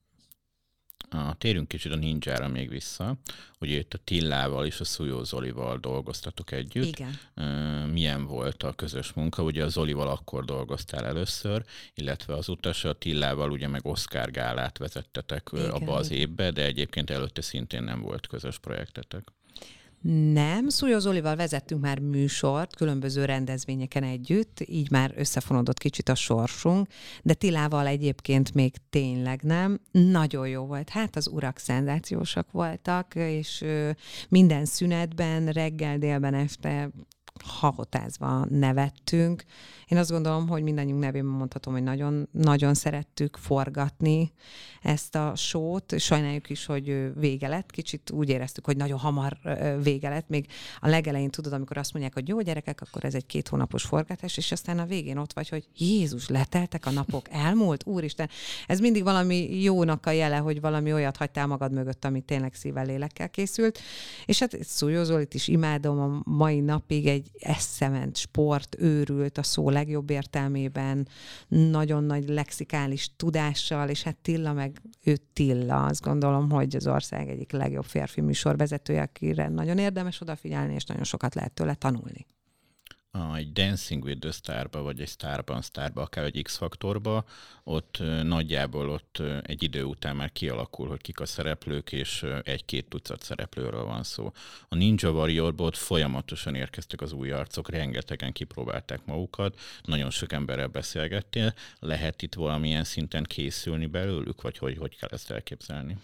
Térjünk kicsit a Ninjára még vissza. Ugye itt a Tillával és a Szújó Zolival dolgoztatok együtt. Igen. Milyen volt a közös munka? Ugye a Zolival akkor dolgoztál először, illetve az utas a Tillával ugye meg Oscar gálát vezettetek abba az évbe, de egyébként előtte szintén nem volt közös projektetek. Nem, Szújó Zolival vezettünk már műsort, különböző rendezvényeken együtt, így már összefonódott kicsit a sorsunk, de Tillával egyébként még tényleg nem. Nagyon jó volt. Hát az urak szenzációsak voltak, és minden szünetben, reggel, délben, este hahotázva nevettünk. Én azt gondolom, hogy mindannyiunk nevében mondhatom, hogy nagyon, nagyon szerettük forgatni ezt a sót. Sajnáljuk is, hogy vége lett. Kicsit úgy éreztük, hogy nagyon hamar vége lett. Még a legelején tudod, amikor azt mondják, hogy jó gyerekek, akkor ez egy 2 hónapos forgatás, és aztán a végén ott vagy, hogy Jézus, leteltek a napok, elmúlt, úristen. Ez mindig valami jónak a jele, hogy valami olyat hagytál magad mögött, ami tényleg szívvel, lélekkel készült. És hát Szújó Zolit is imádom a mai napig, egy eszement sport, őrült a szó legjobb értelmében, nagyon nagy lexikális tudással, és hát Tilla meg ő Tilla. Azt gondolom, hogy az ország egyik legjobb férfi műsorvezetője, akire nagyon érdemes odafigyelni, és nagyon sokat lehet tőle tanulni. Egy Dancing with the Starba, vagy egy Starban Starba, akár egy X-faktorba, ott nagyjából ott egy idő után már kialakul, hogy kik a szereplők, és 1-2 tucat szereplőről van szó. A Ninja Warriorból ott folyamatosan érkeztek az új arcok, rengetegen kipróbálták magukat, nagyon sok emberrel beszélgettél. Lehet itt valamilyen szinten készülni belőlük, vagy hogy kell ezt elképzelni?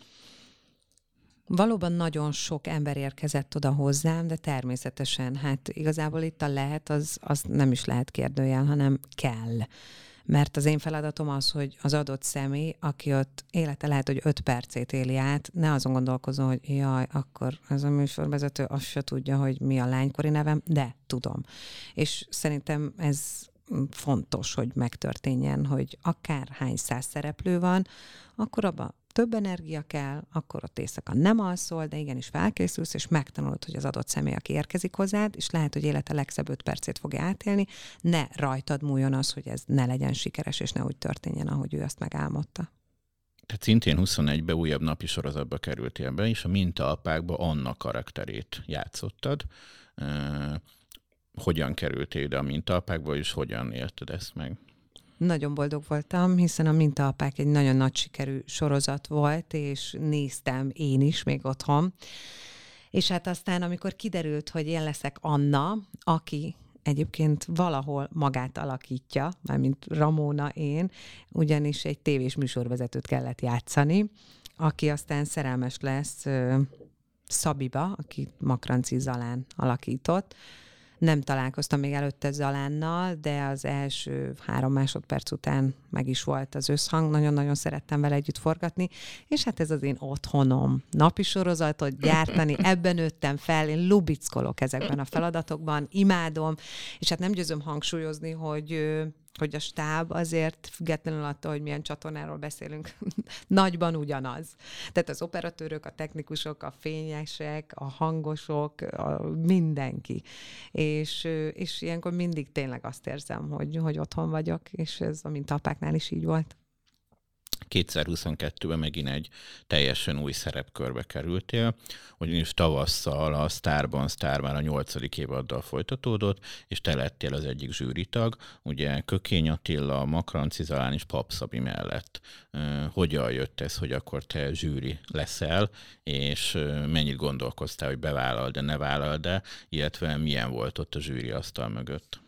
Valóban nagyon sok ember érkezett oda hozzám, de természetesen, hát igazából itt a lehet, az nem is lehet kérdőjel, hanem kell. Mert az én feladatom az, hogy az adott személy, aki ott élete lehet, hogy 5 percét éli át, ne azon gondolkozom, hogy jaj, akkor ez a műsorvezető azt se tudja, hogy mi a lánykori nevem, de tudom. És szerintem ez fontos, hogy megtörténjen, hogy akárhány 100 szereplő van, akkor abban több energia kell, akkor ott éjszaka nem alszol, de igenis felkészülsz, és megtanulod, hogy az adott személy, aki érkezik hozzád, és lehet, hogy élete legszebb 5 percét fogja átélni, ne rajtad múljon az, hogy ez ne legyen sikeres, és ne úgy történjen, ahogy ő azt megálmodta. Tehát szintén 21-ben újabb napi sorozatba kerültél be, és a Mintaapákba Anna karakterét játszottad. Hogyan kerültél ide a Mintaapákba, és hogyan élted ezt meg? Nagyon boldog voltam, hiszen a Mintaapák egy nagyon nagy sikerű sorozat volt, és néztem én is még otthon. És hát aztán, amikor kiderült, hogy én leszek Anna, aki egyébként valahol magát alakítja, mármint Ramona én, ugyanis egy tévés műsorvezetőt kellett játszani, aki aztán szerelmes lesz Szabiba, aki Makranci Zalán alakított. Nem találkoztam még előtte Zalánnal, de az első 3 másodperc után meg is volt az összhang. Nagyon-nagyon szerettem vele együtt forgatni, és hát ez az én otthonom. Napi sorozatot gyártani, ebben nőttem fel, én lubickolok ezekben a feladatokban, imádom, és hát nem győzöm hangsúlyozni, hogy a stáb azért, függetlenül attól, hogy milyen csatornáról beszélünk, nagyban ugyanaz. Tehát az operatőrök, a technikusok, a fényesek, a hangosok, mindenki. És ilyenkor mindig tényleg azt érzem, hogy otthon vagyok, és ez a Mintaapáknál is így volt. 2022-ben megint egy teljesen új szerepkörbe kerültél, ugyanis tavasszal a Sztárban Sztár már a 8. évaddal folytatódott, és te lettél az egyik zsűritag, ugye Kökény Attila, Makranci Zalán és Pap Szabi mellett. Hogyan jött ez, hogy akkor te zsűri leszel, és mennyit gondolkoztál, hogy bevállal, de ne vállal, de illetve milyen volt ott a zsűri asztal mögött?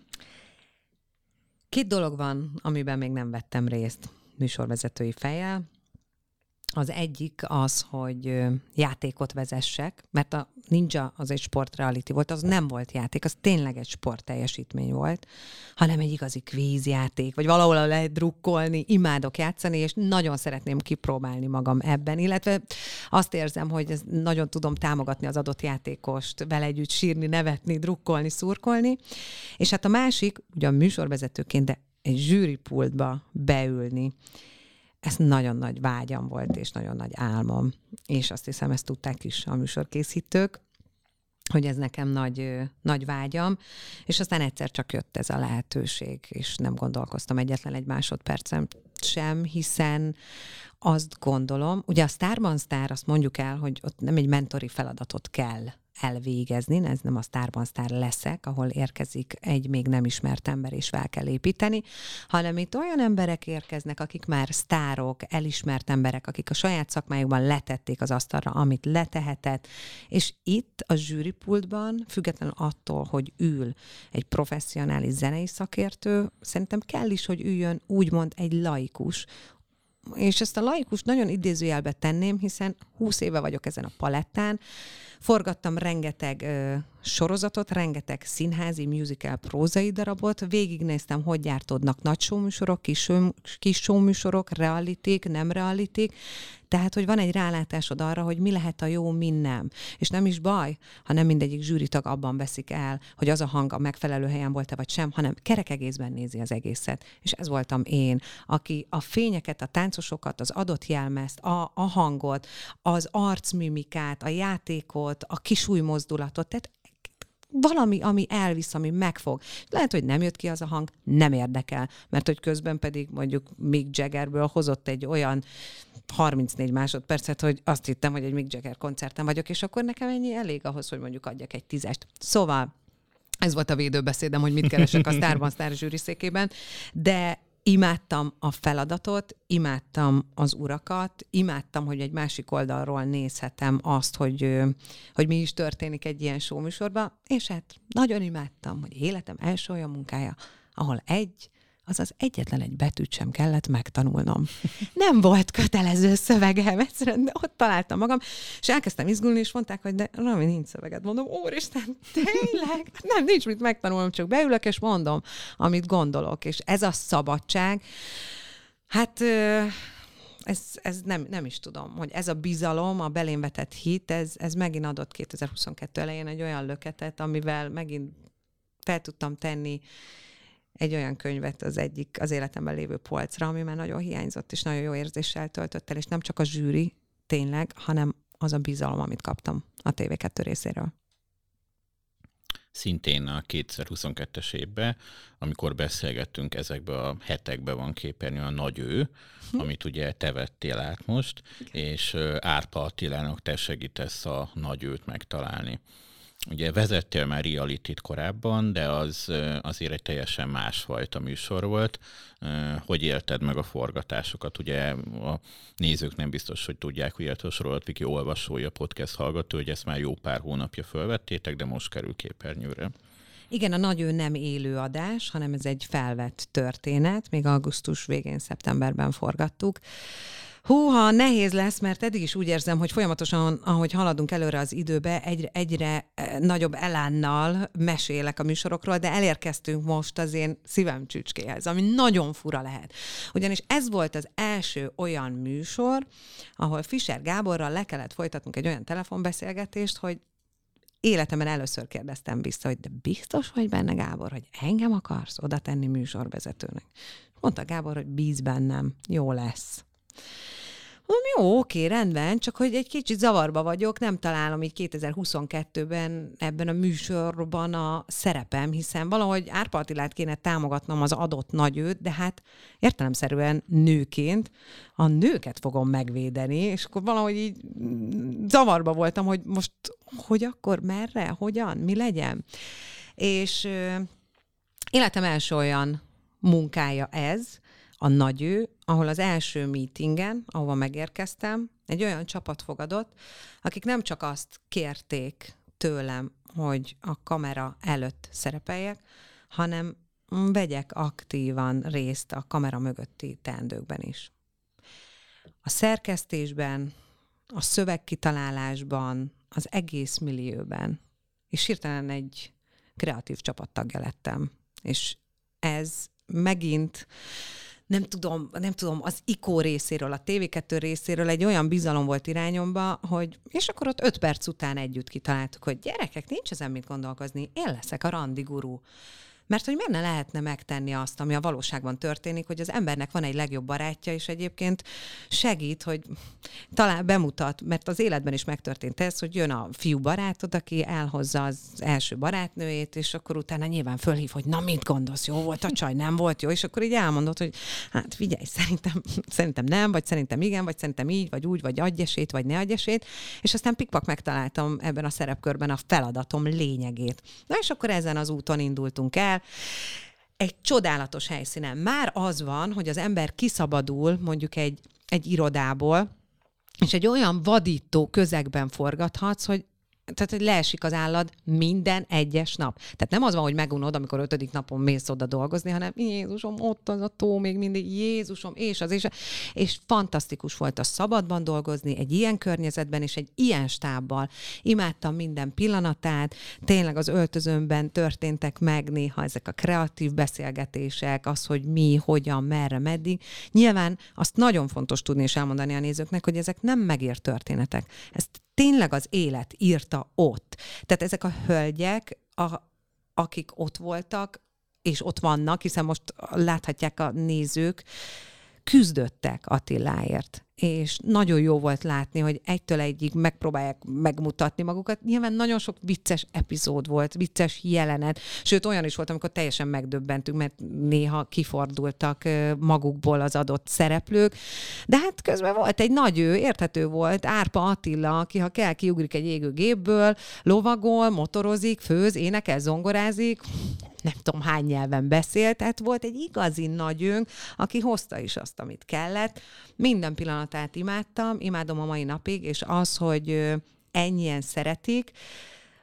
2 dolog van, amiben még nem vettem részt műsorvezetői fejjel. Az egyik az, hogy játékot vezessek, mert a Ninja az egy sportreality volt, az nem volt játék, az tényleg egy sportteljesítmény volt, hanem egy igazi kvízjáték, vagy valahol lehet drukkolni, imádok játszani, és nagyon szeretném kipróbálni magam ebben, illetve azt érzem, hogy nagyon tudom támogatni az adott játékost, vele együtt sírni, nevetni, drukkolni, szurkolni. És hát a másik, ugye a műsorvezetőként, de egy zsűripultba beülni, ez nagyon nagy vágyam volt, és nagyon nagy álmom. És azt hiszem, ezt tudták is a műsorkészítők, hogy ez nekem nagy vágyam, és aztán egyszer csak jött ez a lehetőség, és nem gondolkoztam egyetlen egy másodpercen sem, hiszen azt gondolom, ugye a Sztárban Sztár, azt mondjuk el, hogy ott nem egy mentori feladatot kell elvégezni, ez nem a Sztárban Sztár leszek, ahol érkezik egy még nem ismert ember, és fel kell építeni, hanem itt olyan emberek érkeznek, akik már sztárok, elismert emberek, akik a saját szakmájukban letették az asztalra, amit letehetett, és itt a zsűripultban, függetlenül attól, hogy ül egy professzionális zenei szakértő, szerintem kell is, hogy üljön úgymond egy laikus, és ezt a laikust nagyon idézőjelbe tenném, hiszen 20 éve vagyok ezen a palettán, forgattam rengeteg sorozatot, rengeteg színházi, musical, prózai darabot, végignéztem, hogy gyártódnak nagy showműsorok, kis showműsorok, realitik, nem realitik, tehát, hogy van egy rálátásod arra, hogy mi lehet a jó, mi nem. És nem is baj, ha nem mindegyik zsűritag abban veszik el, hogy az a hang a megfelelő helyen volt-e vagy sem, hanem kerek egészben nézi az egészet. És ez voltam én, aki a fényeket, a táncosokat, az adott jelmezt, a hangot, az arcmimikát, a játékot, a kisújmozdulatot, tehát valami, ami elvisz, ami megfog. Lehet, hogy nem jött ki az a hang, nem érdekel, mert hogy közben pedig mondjuk Mick Jaggerből hozott egy olyan 34 másodpercet, hogy azt hittem, hogy egy Mick Jagger koncerten vagyok, és akkor nekem ennyi elég ahhoz, hogy mondjuk adjak egy 10-est. Szóval ez volt a védőbeszédem, hogy mit keresek a Sztárban Sztár zsűriszékében, de imádtam a feladatot, imádtam az urakat, imádtam, hogy egy másik oldalról nézhetem azt, hogy mi is történik egy ilyen showműsorban, és hát nagyon imádtam, hogy életem első olyan munkája, ahol a azaz egyetlen egy betűt sem kellett megtanulnom. Nem volt kötelező szövegem, egyszerűen ott találtam magam, és elkezdtem izgulni, és mondták, hogy de Rami, nincs szöveged. Mondom, úristen, tényleg? Nem, nincs mit megtanulnom, csak beülök, és mondom, amit gondolok. És ez a szabadság, hát ez nem is tudom, hogy ez a bizalom, a belém vetett hit, ez megint adott 2022 elején egy olyan löketet, amivel megint fel tudtam tenni egy olyan könyvet az életemben lévő polcra, ami már nagyon hiányzott, és nagyon jó érzéssel töltött el, és nem csak a zsűri, tényleg, hanem az a bizalom, amit kaptam a TV2 részéről. Szintén a 2022-es évben, amikor beszélgettünk, ezekben a hetekben van képernyő a Nagy Ő, amit ugye te vettél át most, és Árpa Attilának te segítesz a Nagy Őt megtalálni. Ugye vezettél már realityt korábban, de az azért egy teljesen másfajta műsor volt. Hogy élted meg a forgatásokat? Ugye a nézők nem biztos, hogy tudják, hogy illetve a Sorozatviki olvasója, podcast hallgató, hogy ezt már jó pár hónapja fölvettétek, de most kerül képernyőre. Igen, a Nagy Ő nem élő adás, hanem ez egy felvett történet. Még augusztus végén, szeptemberben forgattuk. Húha, nehéz lesz, mert eddig is úgy érzem, hogy folyamatosan, ahogy haladunk előre az időbe, egyre nagyobb elánnal mesélek a műsorokról, de elérkeztünk most az én szívem csücskéhez, ami nagyon fura lehet. Ugyanis ez volt az első olyan műsor, ahol Fischer Gáborral le kellett folytatnunk egy olyan telefonbeszélgetést, hogy életemben először kérdeztem vissza, hogy de biztos vagy benne, Gábor, hogy engem akarsz oda tenni műsorvezetőnek? Mondta Gábor, hogy bíz bennem, jó lesz. Mondom, jó, oké, rendben, csak hogy egy kicsit zavarba vagyok, nem találom így 2022-ben ebben a műsorban a szerepem, hiszen valahogy Árpa Attilát kéne támogatnom az adott Nagy Őt, de hát értelemszerűen nőként a nőket fogom megvédeni, és akkor valahogy így zavarba voltam, hogy most hogy akkor merre, hogyan, mi legyen. És életem első olyan munkája ez, a Nagy Ő, ahol az első meetingen, ahova megérkeztem, egy olyan csapat fogadott, akik nem csak azt kérték tőlem, hogy a kamera előtt szerepeljek, hanem vegyek aktívan részt a kamera mögötti teendőkben is. A szerkesztésben, a szövegkitalálásban, az egész millióben. És hirtelen egy kreatív csapattagja lettem. És ez megint nem tudom, az IKO részéről, a TV2 részéről egy olyan bizalom volt irányomba, hogy és akkor ott 5 perc után együtt kitaláltuk, hogy gyerekek, nincs ezen mit gondolkozni, én leszek a randi guru. Mert hogy miért ne lehetne megtenni azt, ami a valóságban történik, hogy az embernek van egy legjobb barátja, és egyébként segít, hogy talán bemutat, mert az életben is megtörtént ez, hogy jön a fiú barátod, aki elhozza az első barátnőjét, és akkor utána nyilván fölhív, hogy na, mit gondolsz, jó volt a csaj, nem volt jó, és akkor így elmondod, hogy hát figyelj, szerintem nem, vagy szerintem igen, vagy szerintem így, vagy úgy, vagy adj esélyt, vagy ne adj esélyt, és aztán pikpak megtaláltam ebben a szerepkörben a feladatom lényegét. Na és akkor ezen az úton indultunk el, egy csodálatos helyszínen. Már az van, hogy az ember kiszabadul mondjuk egy irodából, és egy olyan vadító közegben forgathatsz, hogy leesik az állad minden egyes nap. Tehát nem az van, hogy megunod, amikor 5. napon mész oda dolgozni, hanem Jézusom, ott az a tó még mindig, Jézusom, és fantasztikus volt a szabadban dolgozni, egy ilyen környezetben, és egy ilyen stábbal. Imádtam minden pillanatát, tényleg az öltözőmben történtek meg néha ezek a kreatív beszélgetések, az, hogy mi, hogyan, merre, meddig. Nyilván azt nagyon fontos tudni és elmondani a nézőknek, hogy ezek nem megírt történetek. Ezt tényleg az élet írta ott. Tehát ezek a hölgyek, akik ott voltak, és ott vannak, hiszen most láthatják a nézők, küzdöttek Attiláért. És nagyon jó volt látni, hogy egytől egyig megpróbálják megmutatni magukat. Nyilván nagyon sok vicces epizód volt, vicces jelenet, sőt olyan is volt, amikor teljesen megdöbbentünk, mert néha kifordultak magukból az adott szereplők. De hát közben volt egy Nagy Ő, érthető volt, Árpa Attila, aki ha kell, kiugrik egy égő gépből, lovagol, motorozik, főz, énekel, zongorázik, nem tudom hány nyelven beszélt, tehát volt egy igazi Nagy Őnk, aki hozta is azt, amit kellett. Minden pillanatát imádtam, imádom a mai napig, és az, hogy ennyien szeretik,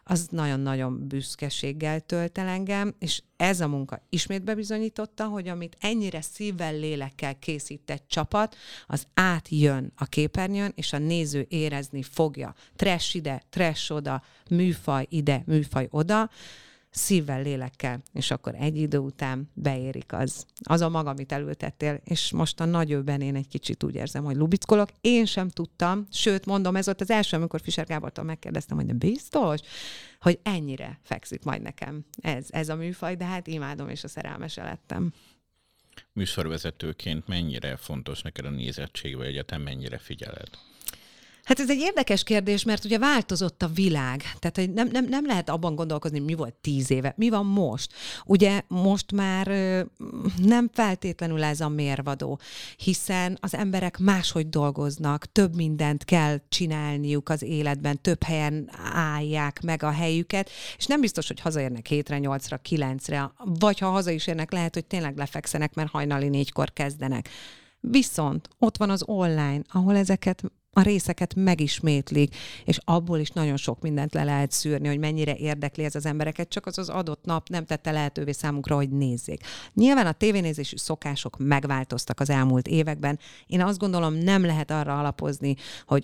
az nagyon-nagyon büszkeséggel tölt el engem, és ez a munka ismét bebizonyította, hogy amit ennyire szívvel, lélekkel készített csapat, az átjön a képernyőn, és a néző érezni fogja. Trash ide, trash oda, műfaj ide, műfaj oda, szívvel, lélekkel, és akkor egy idő után beérik az a maga, amit elültettél, és most a nagyőben én egy kicsit úgy érzem, hogy lubickolok. Én sem tudtam, sőt, mondom, ez volt az első, amikor Fischer Gábortól megkérdeztem, hogy nem biztos, hogy ennyire fekszik majd nekem ez a műfaj, de hát imádom, és a szerelmese lettem. Műsorvezetőként mennyire fontos neked a nézettség, vagy egyetem mennyire figyeled? Hát ez egy érdekes kérdés, mert ugye változott a világ. Tehát hogy nem lehet abban gondolkozni, mi volt 10 éve, mi van most. Ugye most már nem feltétlenül ez a mérvadó, hiszen az emberek máshogy dolgoznak, több mindent kell csinálniuk az életben, több helyen állják meg a helyüket, és nem biztos, hogy hazaérnek 7-re, 8-ra, 9-re, vagy ha haza is érnek, lehet, hogy tényleg lefekszenek, mert hajnali 4-kor kezdenek. Viszont ott van az online, ahol ezeket a részeket megismétlik, és abból is nagyon sok mindent le lehet szűrni, hogy mennyire érdekli ez az embereket, csak az adott nap nem tette lehetővé számunkra, hogy nézzék. Nyilván a tévénézési szokások megváltoztak az elmúlt években. Én azt gondolom, nem lehet arra alapozni, hogy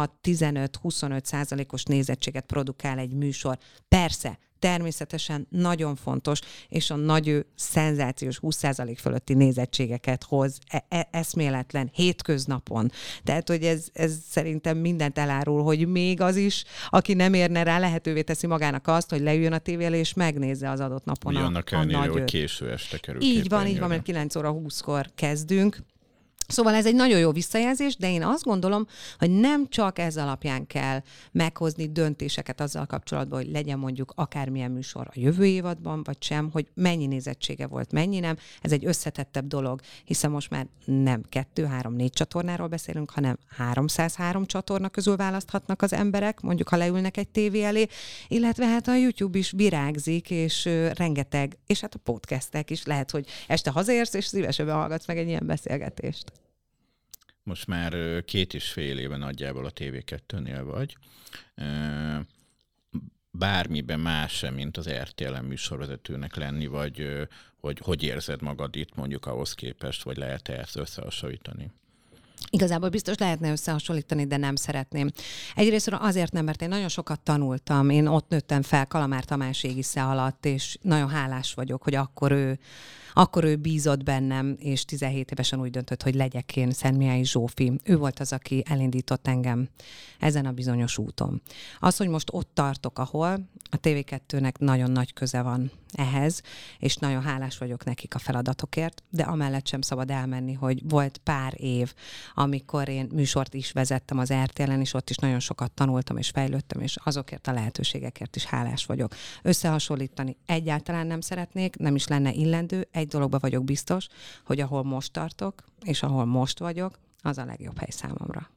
5-6-15-25% nézettséget produkál egy műsor. Persze, természetesen nagyon fontos, és a nagy szenzációs 20% fölötti nézettségeket hoz eszméletlen hétköznapon. Tehát, hogy ez szerintem mindent elárul, hogy még az is, aki nem érne rá, lehetővé teszi magának azt, hogy leüljön a tévé elé, és megnézze az adott napon annak ellenére, hogy késő este kerül így van, mert 9 óra 20-kor kezdünk. Szóval ez egy nagyon jó visszajelzés, de én azt gondolom, hogy nem csak ez alapján kell meghozni döntéseket azzal kapcsolatban, hogy legyen mondjuk akármilyen műsor a jövő évadban, vagy sem, hogy mennyi nézettsége volt, mennyi nem. Ez egy összetettebb dolog, hiszen most már nem 2, 3, 4 csatornáról beszélünk, hanem 303 csatorna közül választhatnak az emberek, mondjuk ha leülnek egy tévé elé, illetve hát a YouTube is virágzik, és rengeteg, és hát a podcastek is lehet, hogy este hazaérsz, és szívesebben hallgatsz meg egy ilyen beszélgetést. Most már 2,5 éve nagyjából a TV2-nél vagy. Bármiben más sem, mint az RTL-en műsorvezetőnek lenni, vagy hogy érzed magad itt mondjuk ahhoz képest, vagy lehet-e ezt összehasonlítani? Igazából biztos lehetne összehasonlítani, de nem szeretném. Egyrészt azért nem, mert én nagyon sokat tanultam. Én ott nőttem fel Kalamár Tamás égisze alatt, és nagyon hálás vagyok, hogy akkor ő bízott bennem, és 17 évesen úgy döntött, hogy legyek én Szentmihalyi Zsófi. Ő volt az, aki elindított engem ezen a bizonyos úton. Az, hogy most ott tartok, ahol a TV2-nek nagyon nagy köze van ehhez, és nagyon hálás vagyok nekik a feladatokért, de amellett sem szabad elmenni, hogy volt pár év, amikor én műsort is vezettem az RTL-en, és ott is nagyon sokat tanultam és fejlődtem, és azokért a lehetőségekért is hálás vagyok. Összehasonlítani egyáltalán nem szeretnék, nem is lenne illendő. Egy dologban vagyok biztos, hogy ahol most tartok, és ahol most vagyok, az a legjobb hely számomra.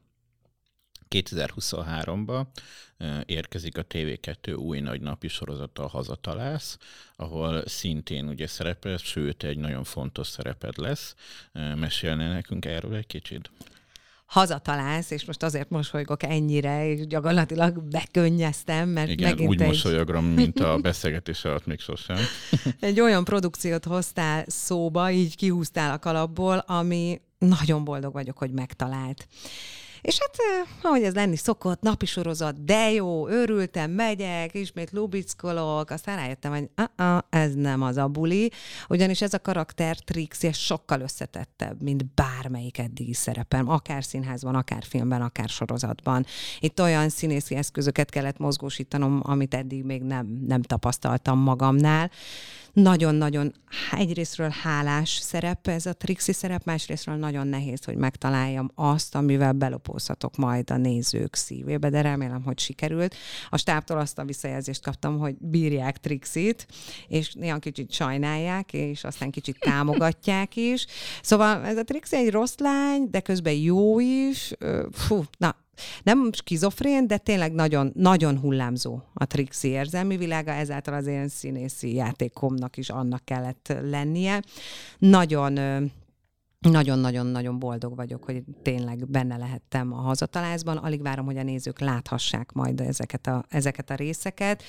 2023-ban érkezik a TV2 új nagy napi sorozata, a Hazatalálsz, ahol szintén ugye szerepel, sőt egy nagyon fontos szereped lesz. Mesélne nekünk erről egy kicsit? Hazatalálsz, és most azért mosolygok ennyire, és gyakorlatilag bekönnyeztem, mert igen, megint úgy mosolyogram, mint a beszélgetés alatt még sosem. Egy olyan produkciót hoztál szóba, így kihúztál a kalapból, ami nagyon boldog vagyok, hogy megtalált. És hát, ahogy ez lenni szokott, napi sorozat, de jó, örültem, megyek, ismét lubickolok, aztán rájöttem, hogy ez nem az a buli, ugyanis ez a karakter Trixie sokkal összetettebb, mint bármelyik eddigi szerepem, akár színházban, akár filmben, akár sorozatban. Itt olyan színészi eszközöket kellett mozgósítanom, amit eddig még nem tapasztaltam magamnál. Nagyon-nagyon egyrészről hálás szerep ez a Trixie szerep, másrészről nagyon nehéz, hogy megtaláljam azt, amivel belopózhatok majd a nézők szívébe, de remélem, hogy sikerült. A stábtól azt a visszajelzést kaptam, hogy bírják Trixie-t, és néha kicsit sajnálják, és aztán kicsit támogatják is. Szóval ez a Trixie egy rossz lány, de közben jó is. Nem skizofrén, de tényleg nagyon, nagyon hullámzó a Trixie érzelmi világa, ezáltal az én színészi játékomnak is annak kellett lennie. Nagyon nagyon-nagyon-nagyon boldog vagyok, hogy tényleg benne lehettem a Hazatalászban. Alig várom, hogy a nézők láthassák majd ezeket a részeket.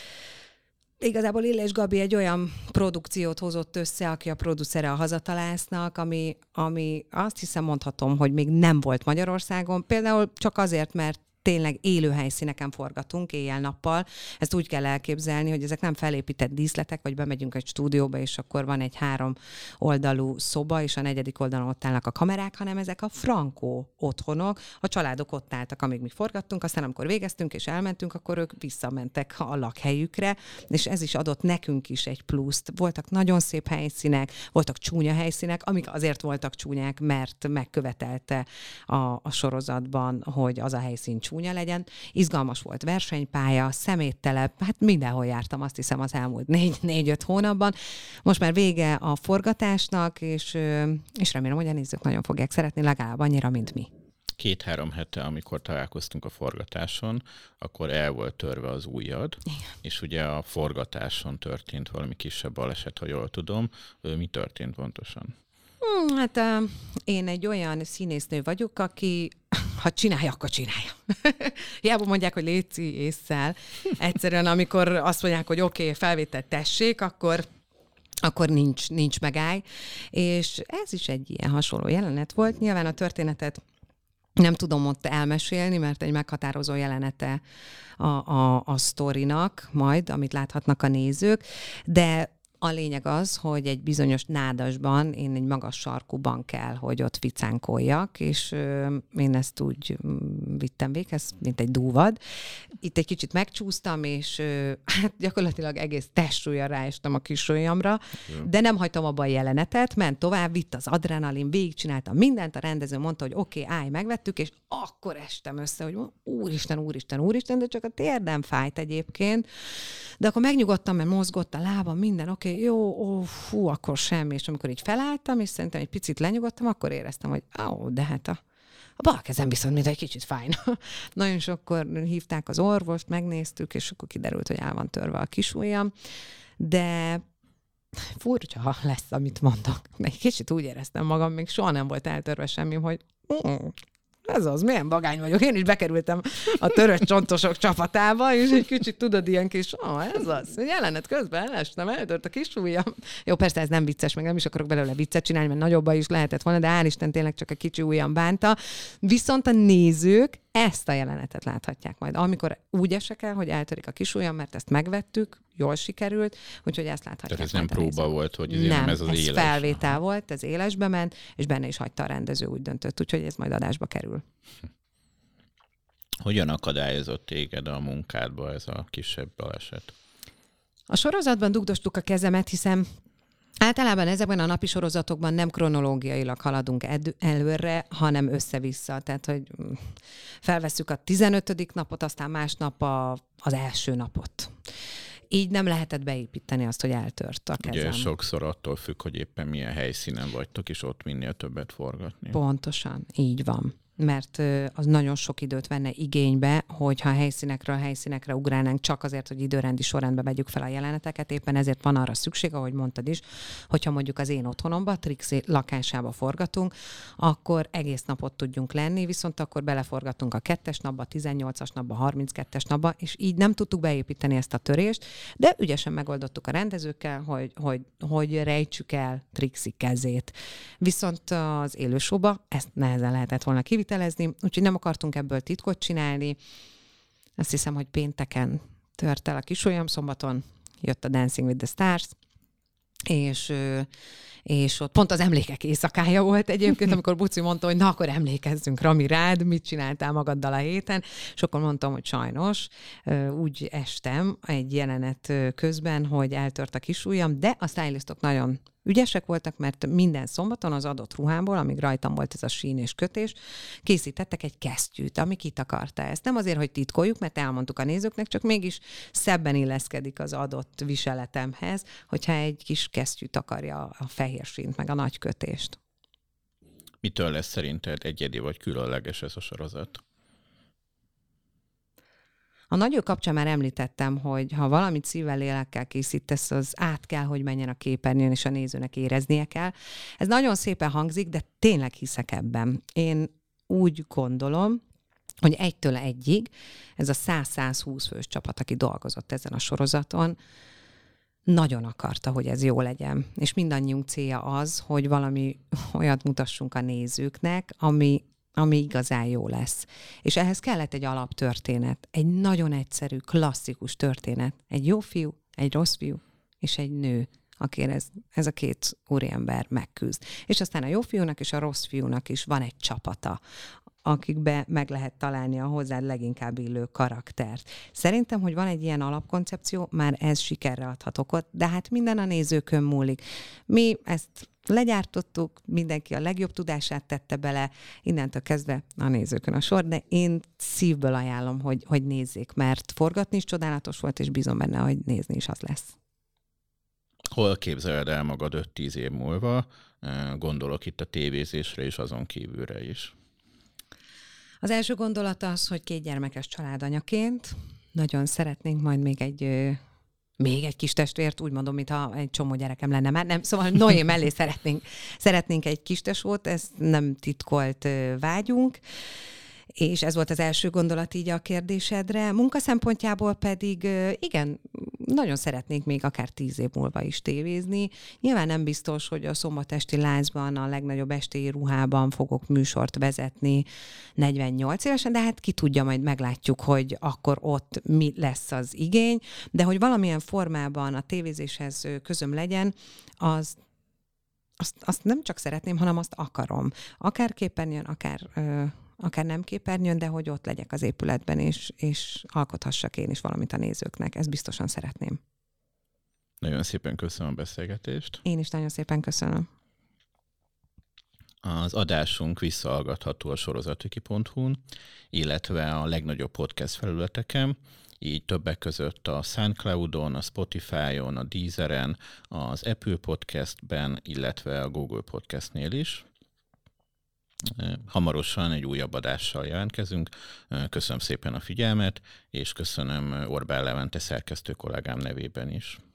Igazából Illés Gabi egy olyan produkciót hozott össze, aki a producere a Hazatalásznak, ami azt hiszem mondhatom, hogy még nem volt Magyarországon. Például csak azért, mert tényleg élő helyszíneken forgatunk éjjel-nappal. Ezt úgy kell elképzelni, hogy ezek nem felépített díszletek, vagy bemegyünk egy stúdióba, és akkor van egy 3 oldalú szoba, és a 4. oldalon ott állnak a kamerák, hanem ezek a frankó otthonok. A családok ott álltak, amíg mi forgattunk, aztán amikor végeztünk és elmentünk, akkor ők visszamentek a lakhelyükre, és ez is adott nekünk is egy pluszt. Voltak nagyon szép helyszínek, voltak csúnya helyszínek, amik azért voltak csúnyák, mert megkövetelte a sorozatban, hogy az a helyszín csúnya legyen. Izgalmas volt versenypálya, szeméttelep, hát mindenhol jártam, azt hiszem az elmúlt 4-5 hónapban. Most már vége a forgatásnak, és remélem, hogy a nézők nagyon fogják szeretni, legalább annyira, mint mi. 2-3 hete, amikor találkoztunk a forgatáson, akkor el volt törve az ujjad, és ugye a forgatáson történt valami kisebb baleset, ha jól tudom. Mi történt pontosan? Hát én egy olyan színésznő vagyok, aki ha csinálja, akkor csinálja. Hiába mondják, hogy léci ésszel. Egyszerűen, amikor azt mondják, hogy oké, felvételt tessék, akkor nincs megáll. És ez is egy ilyen hasonló jelenet volt. Nyilván a történetet nem tudom ott elmesélni, mert egy meghatározó jelenete a sztorinak majd, amit láthatnak a nézők, de a lényeg az, hogy egy bizonyos nádasban én egy magas sarkuban kell, hogy ott ficánkoljak, és én ezt úgy vittem véghez, mint egy dúvad. Itt egy kicsit megcsúsztam, és hát gyakorlatilag egész testsúllyal ráestem a kisujjamra, de nem hagytam abba a jelenetet, ment tovább, vitt az adrenalin, végigcsináltam mindent, a rendező mondta, hogy oké, állj, megvettük, és akkor estem össze, hogy úristen, de csak a térdem fájt egyébként. De akkor megnyugodtam, mert mozgott a lábam, minden, oké, jó, akkor semmi. És amikor így felálltam, és szerintem egy picit lenyugodtam, akkor éreztem, hogy de hát a bal kezem viszont mint egy kicsit fájna. Nagyon sokkor hívták az orvost, megnéztük, és akkor kiderült, hogy el van törve a kisujjam. De furcsa lesz, amit mondok. De egy kicsit úgy éreztem magam, még soha nem volt eltörve semmi, hogy ez az, milyen vagány vagyok. Én is bekerültem a törött csontosok csapatába, és egy kicsit tudod, ilyen kis, ez az, jelenet közben elestem, eltört a kisujjam. Jó, persze ez nem vicces, meg nem is akarok belőle viccet csinálni, mert nagyobb baj is lehetett volna, de hál' Isten tényleg csak a kicsi ujjam bánta. Viszont a nézők ezt a jelenetet láthatják majd, amikor úgy esek el, hogy eltörik a kisujjam, mert ezt megvettük, jól sikerült, úgyhogy ezt láthatják. Tehát ez nem próba volt, hogy nem, ez az éles. Ez felvétel volt, ez élesbe ment, és benne is hagyta a rendező, úgy döntött, úgyhogy ez majd adásba kerül. Hogyan akadályozott téged a munkádba ez a kisebb baleset? A sorozatban dugdostuk a kezemet, hiszen általában ezekben a napi sorozatokban nem kronológiailag haladunk előre, hanem össze-vissza. Tehát, hogy felvesszük a 15. napot, aztán másnap az első napot. Így nem lehetett beépíteni azt, hogy eltört a kezem. Ugye sokszor attól függ, hogy éppen milyen helyszínen vagytok, és ott minél többet forgatni. Pontosan, így van. Mert az nagyon sok időt venne igénybe, hogyha helyszínekről helyszínekre ugrálnánk csak azért, hogy időrendi sorrendbe vegyük fel a jeleneteket. Éppen ezért van arra szükség, ahogy mondtad is, hogyha mondjuk az én otthonomba, Trixi lakásába forgatunk, akkor egész napot tudjunk lenni, viszont akkor beleforgatunk a 2-es napba, 18-as napba, 32-es napba, és így nem tudtuk beépíteni ezt a törést, de ügyesen megoldottuk a rendezőkkel, hogy rejtsük el Trixi kezét. Viszont az élősóba ezt nehezen lehetett volna kivitelezni, úgyhogy nem akartunk ebből titkot csinálni. Azt hiszem, hogy pénteken tört el a kisujjam, szombaton jött a Dancing with the Stars, és ott pont az emlékek éjszakája volt egyébként, amikor Buci mondta, hogy na, akkor emlékezzünk, Rami, rád, mit csináltál magaddal a héten, és akkor mondtam, hogy sajnos úgy estem egy jelenet közben, hogy eltört a kisujjam, de a stylistok nagyon ügyesek voltak, mert minden szombaton az adott ruhámból, amíg rajtam volt ez a sín és kötés, készítettek egy kesztyűt, ami kitakarta ezt. Nem azért, hogy titkoljuk, mert elmondtuk a nézőknek, csak mégis szebben illeszkedik az adott viseletemhez, hogyha egy kis kesztyű takarja a fehér sínt, meg a nagy kötést. Mitől lesz szerinted egyedi vagy különleges ez a sorozat? A nagyok kapcsán már említettem, hogy ha valamit szívvel, lélekkel készítesz, az át kell, hogy menjen a képernyőn, és a nézőnek éreznie kell. Ez nagyon szépen hangzik, de tényleg hiszek ebben. Én úgy gondolom, hogy 1-től 1-ig ez a 100-120 fős csapat, aki dolgozott ezen a sorozaton, nagyon akarta, hogy ez jó legyen. És mindannyiunk célja az, hogy valami olyat mutassunk a nézőknek, ami igazán jó lesz. És ehhez kellett egy alaptörténet, egy nagyon egyszerű, klasszikus történet. Egy jó fiú, egy rossz fiú, és egy nő, akire ez a két úriember megküzd. És aztán a jó fiúnak és a rossz fiúnak is van egy csapata, akikbe meg lehet találni a hozzád leginkább illő karaktert. Szerintem, hogy van egy ilyen alapkoncepció, már ez sikerre adhat okot, de hát minden a nézőkön múlik. Mi ezt legyártottuk, mindenki a legjobb tudását tette bele, innentől kezdve a nézőkön a sor, de én szívből ajánlom, hogy nézzék, mert forgatni is csodálatos volt, és bízom benne, hogy nézni is az lesz. Hol képzeled el magad 5-10 év múlva? Gondolok itt a tévézésre és azon kívülre is. Az első gondolat az, hogy 2 gyermekes családanyaként nagyon szeretnénk majd még egy kis testvért, úgy mondom, mintha egy csomó gyerekem lenne már. Nem, szóval Noé mellé szeretnénk egy kis tesót, ez nem titkolt vágyunk. És ez volt az első gondolat így a kérdésedre. Munka szempontjából pedig igen, nagyon szeretnék még akár 10 év múlva is tévézni. Nyilván nem biztos, hogy a Szombatesti Lázban, a legnagyobb estély ruhában fogok műsort vezetni 48 évesen, de hát ki tudja, majd meglátjuk, hogy akkor ott mi lesz az igény, de hogy valamilyen formában a tévézéshez közöm legyen, azt nem csak szeretném, hanem azt akarom. Akár képernyőn, akár nem képernyőn, de hogy ott legyek az épületben, és alkothassak én is valamit a nézőknek. Ezt biztosan szeretném. Nagyon szépen köszönöm a beszélgetést. Én is nagyon szépen köszönöm. Az adásunk visszahallgatható a sorozatviki.hu-n, illetve a legnagyobb podcast felületeken, így többek között a SoundCloud-on, a Spotify-on, a Deezeren, az Apple Podcastben, illetve a Google Podcastnél is. Hamarosan egy újabb adással jelentkezünk. Köszönöm szépen a figyelmet, és köszönöm Orbán Levente szerkesztő kollégám nevében is.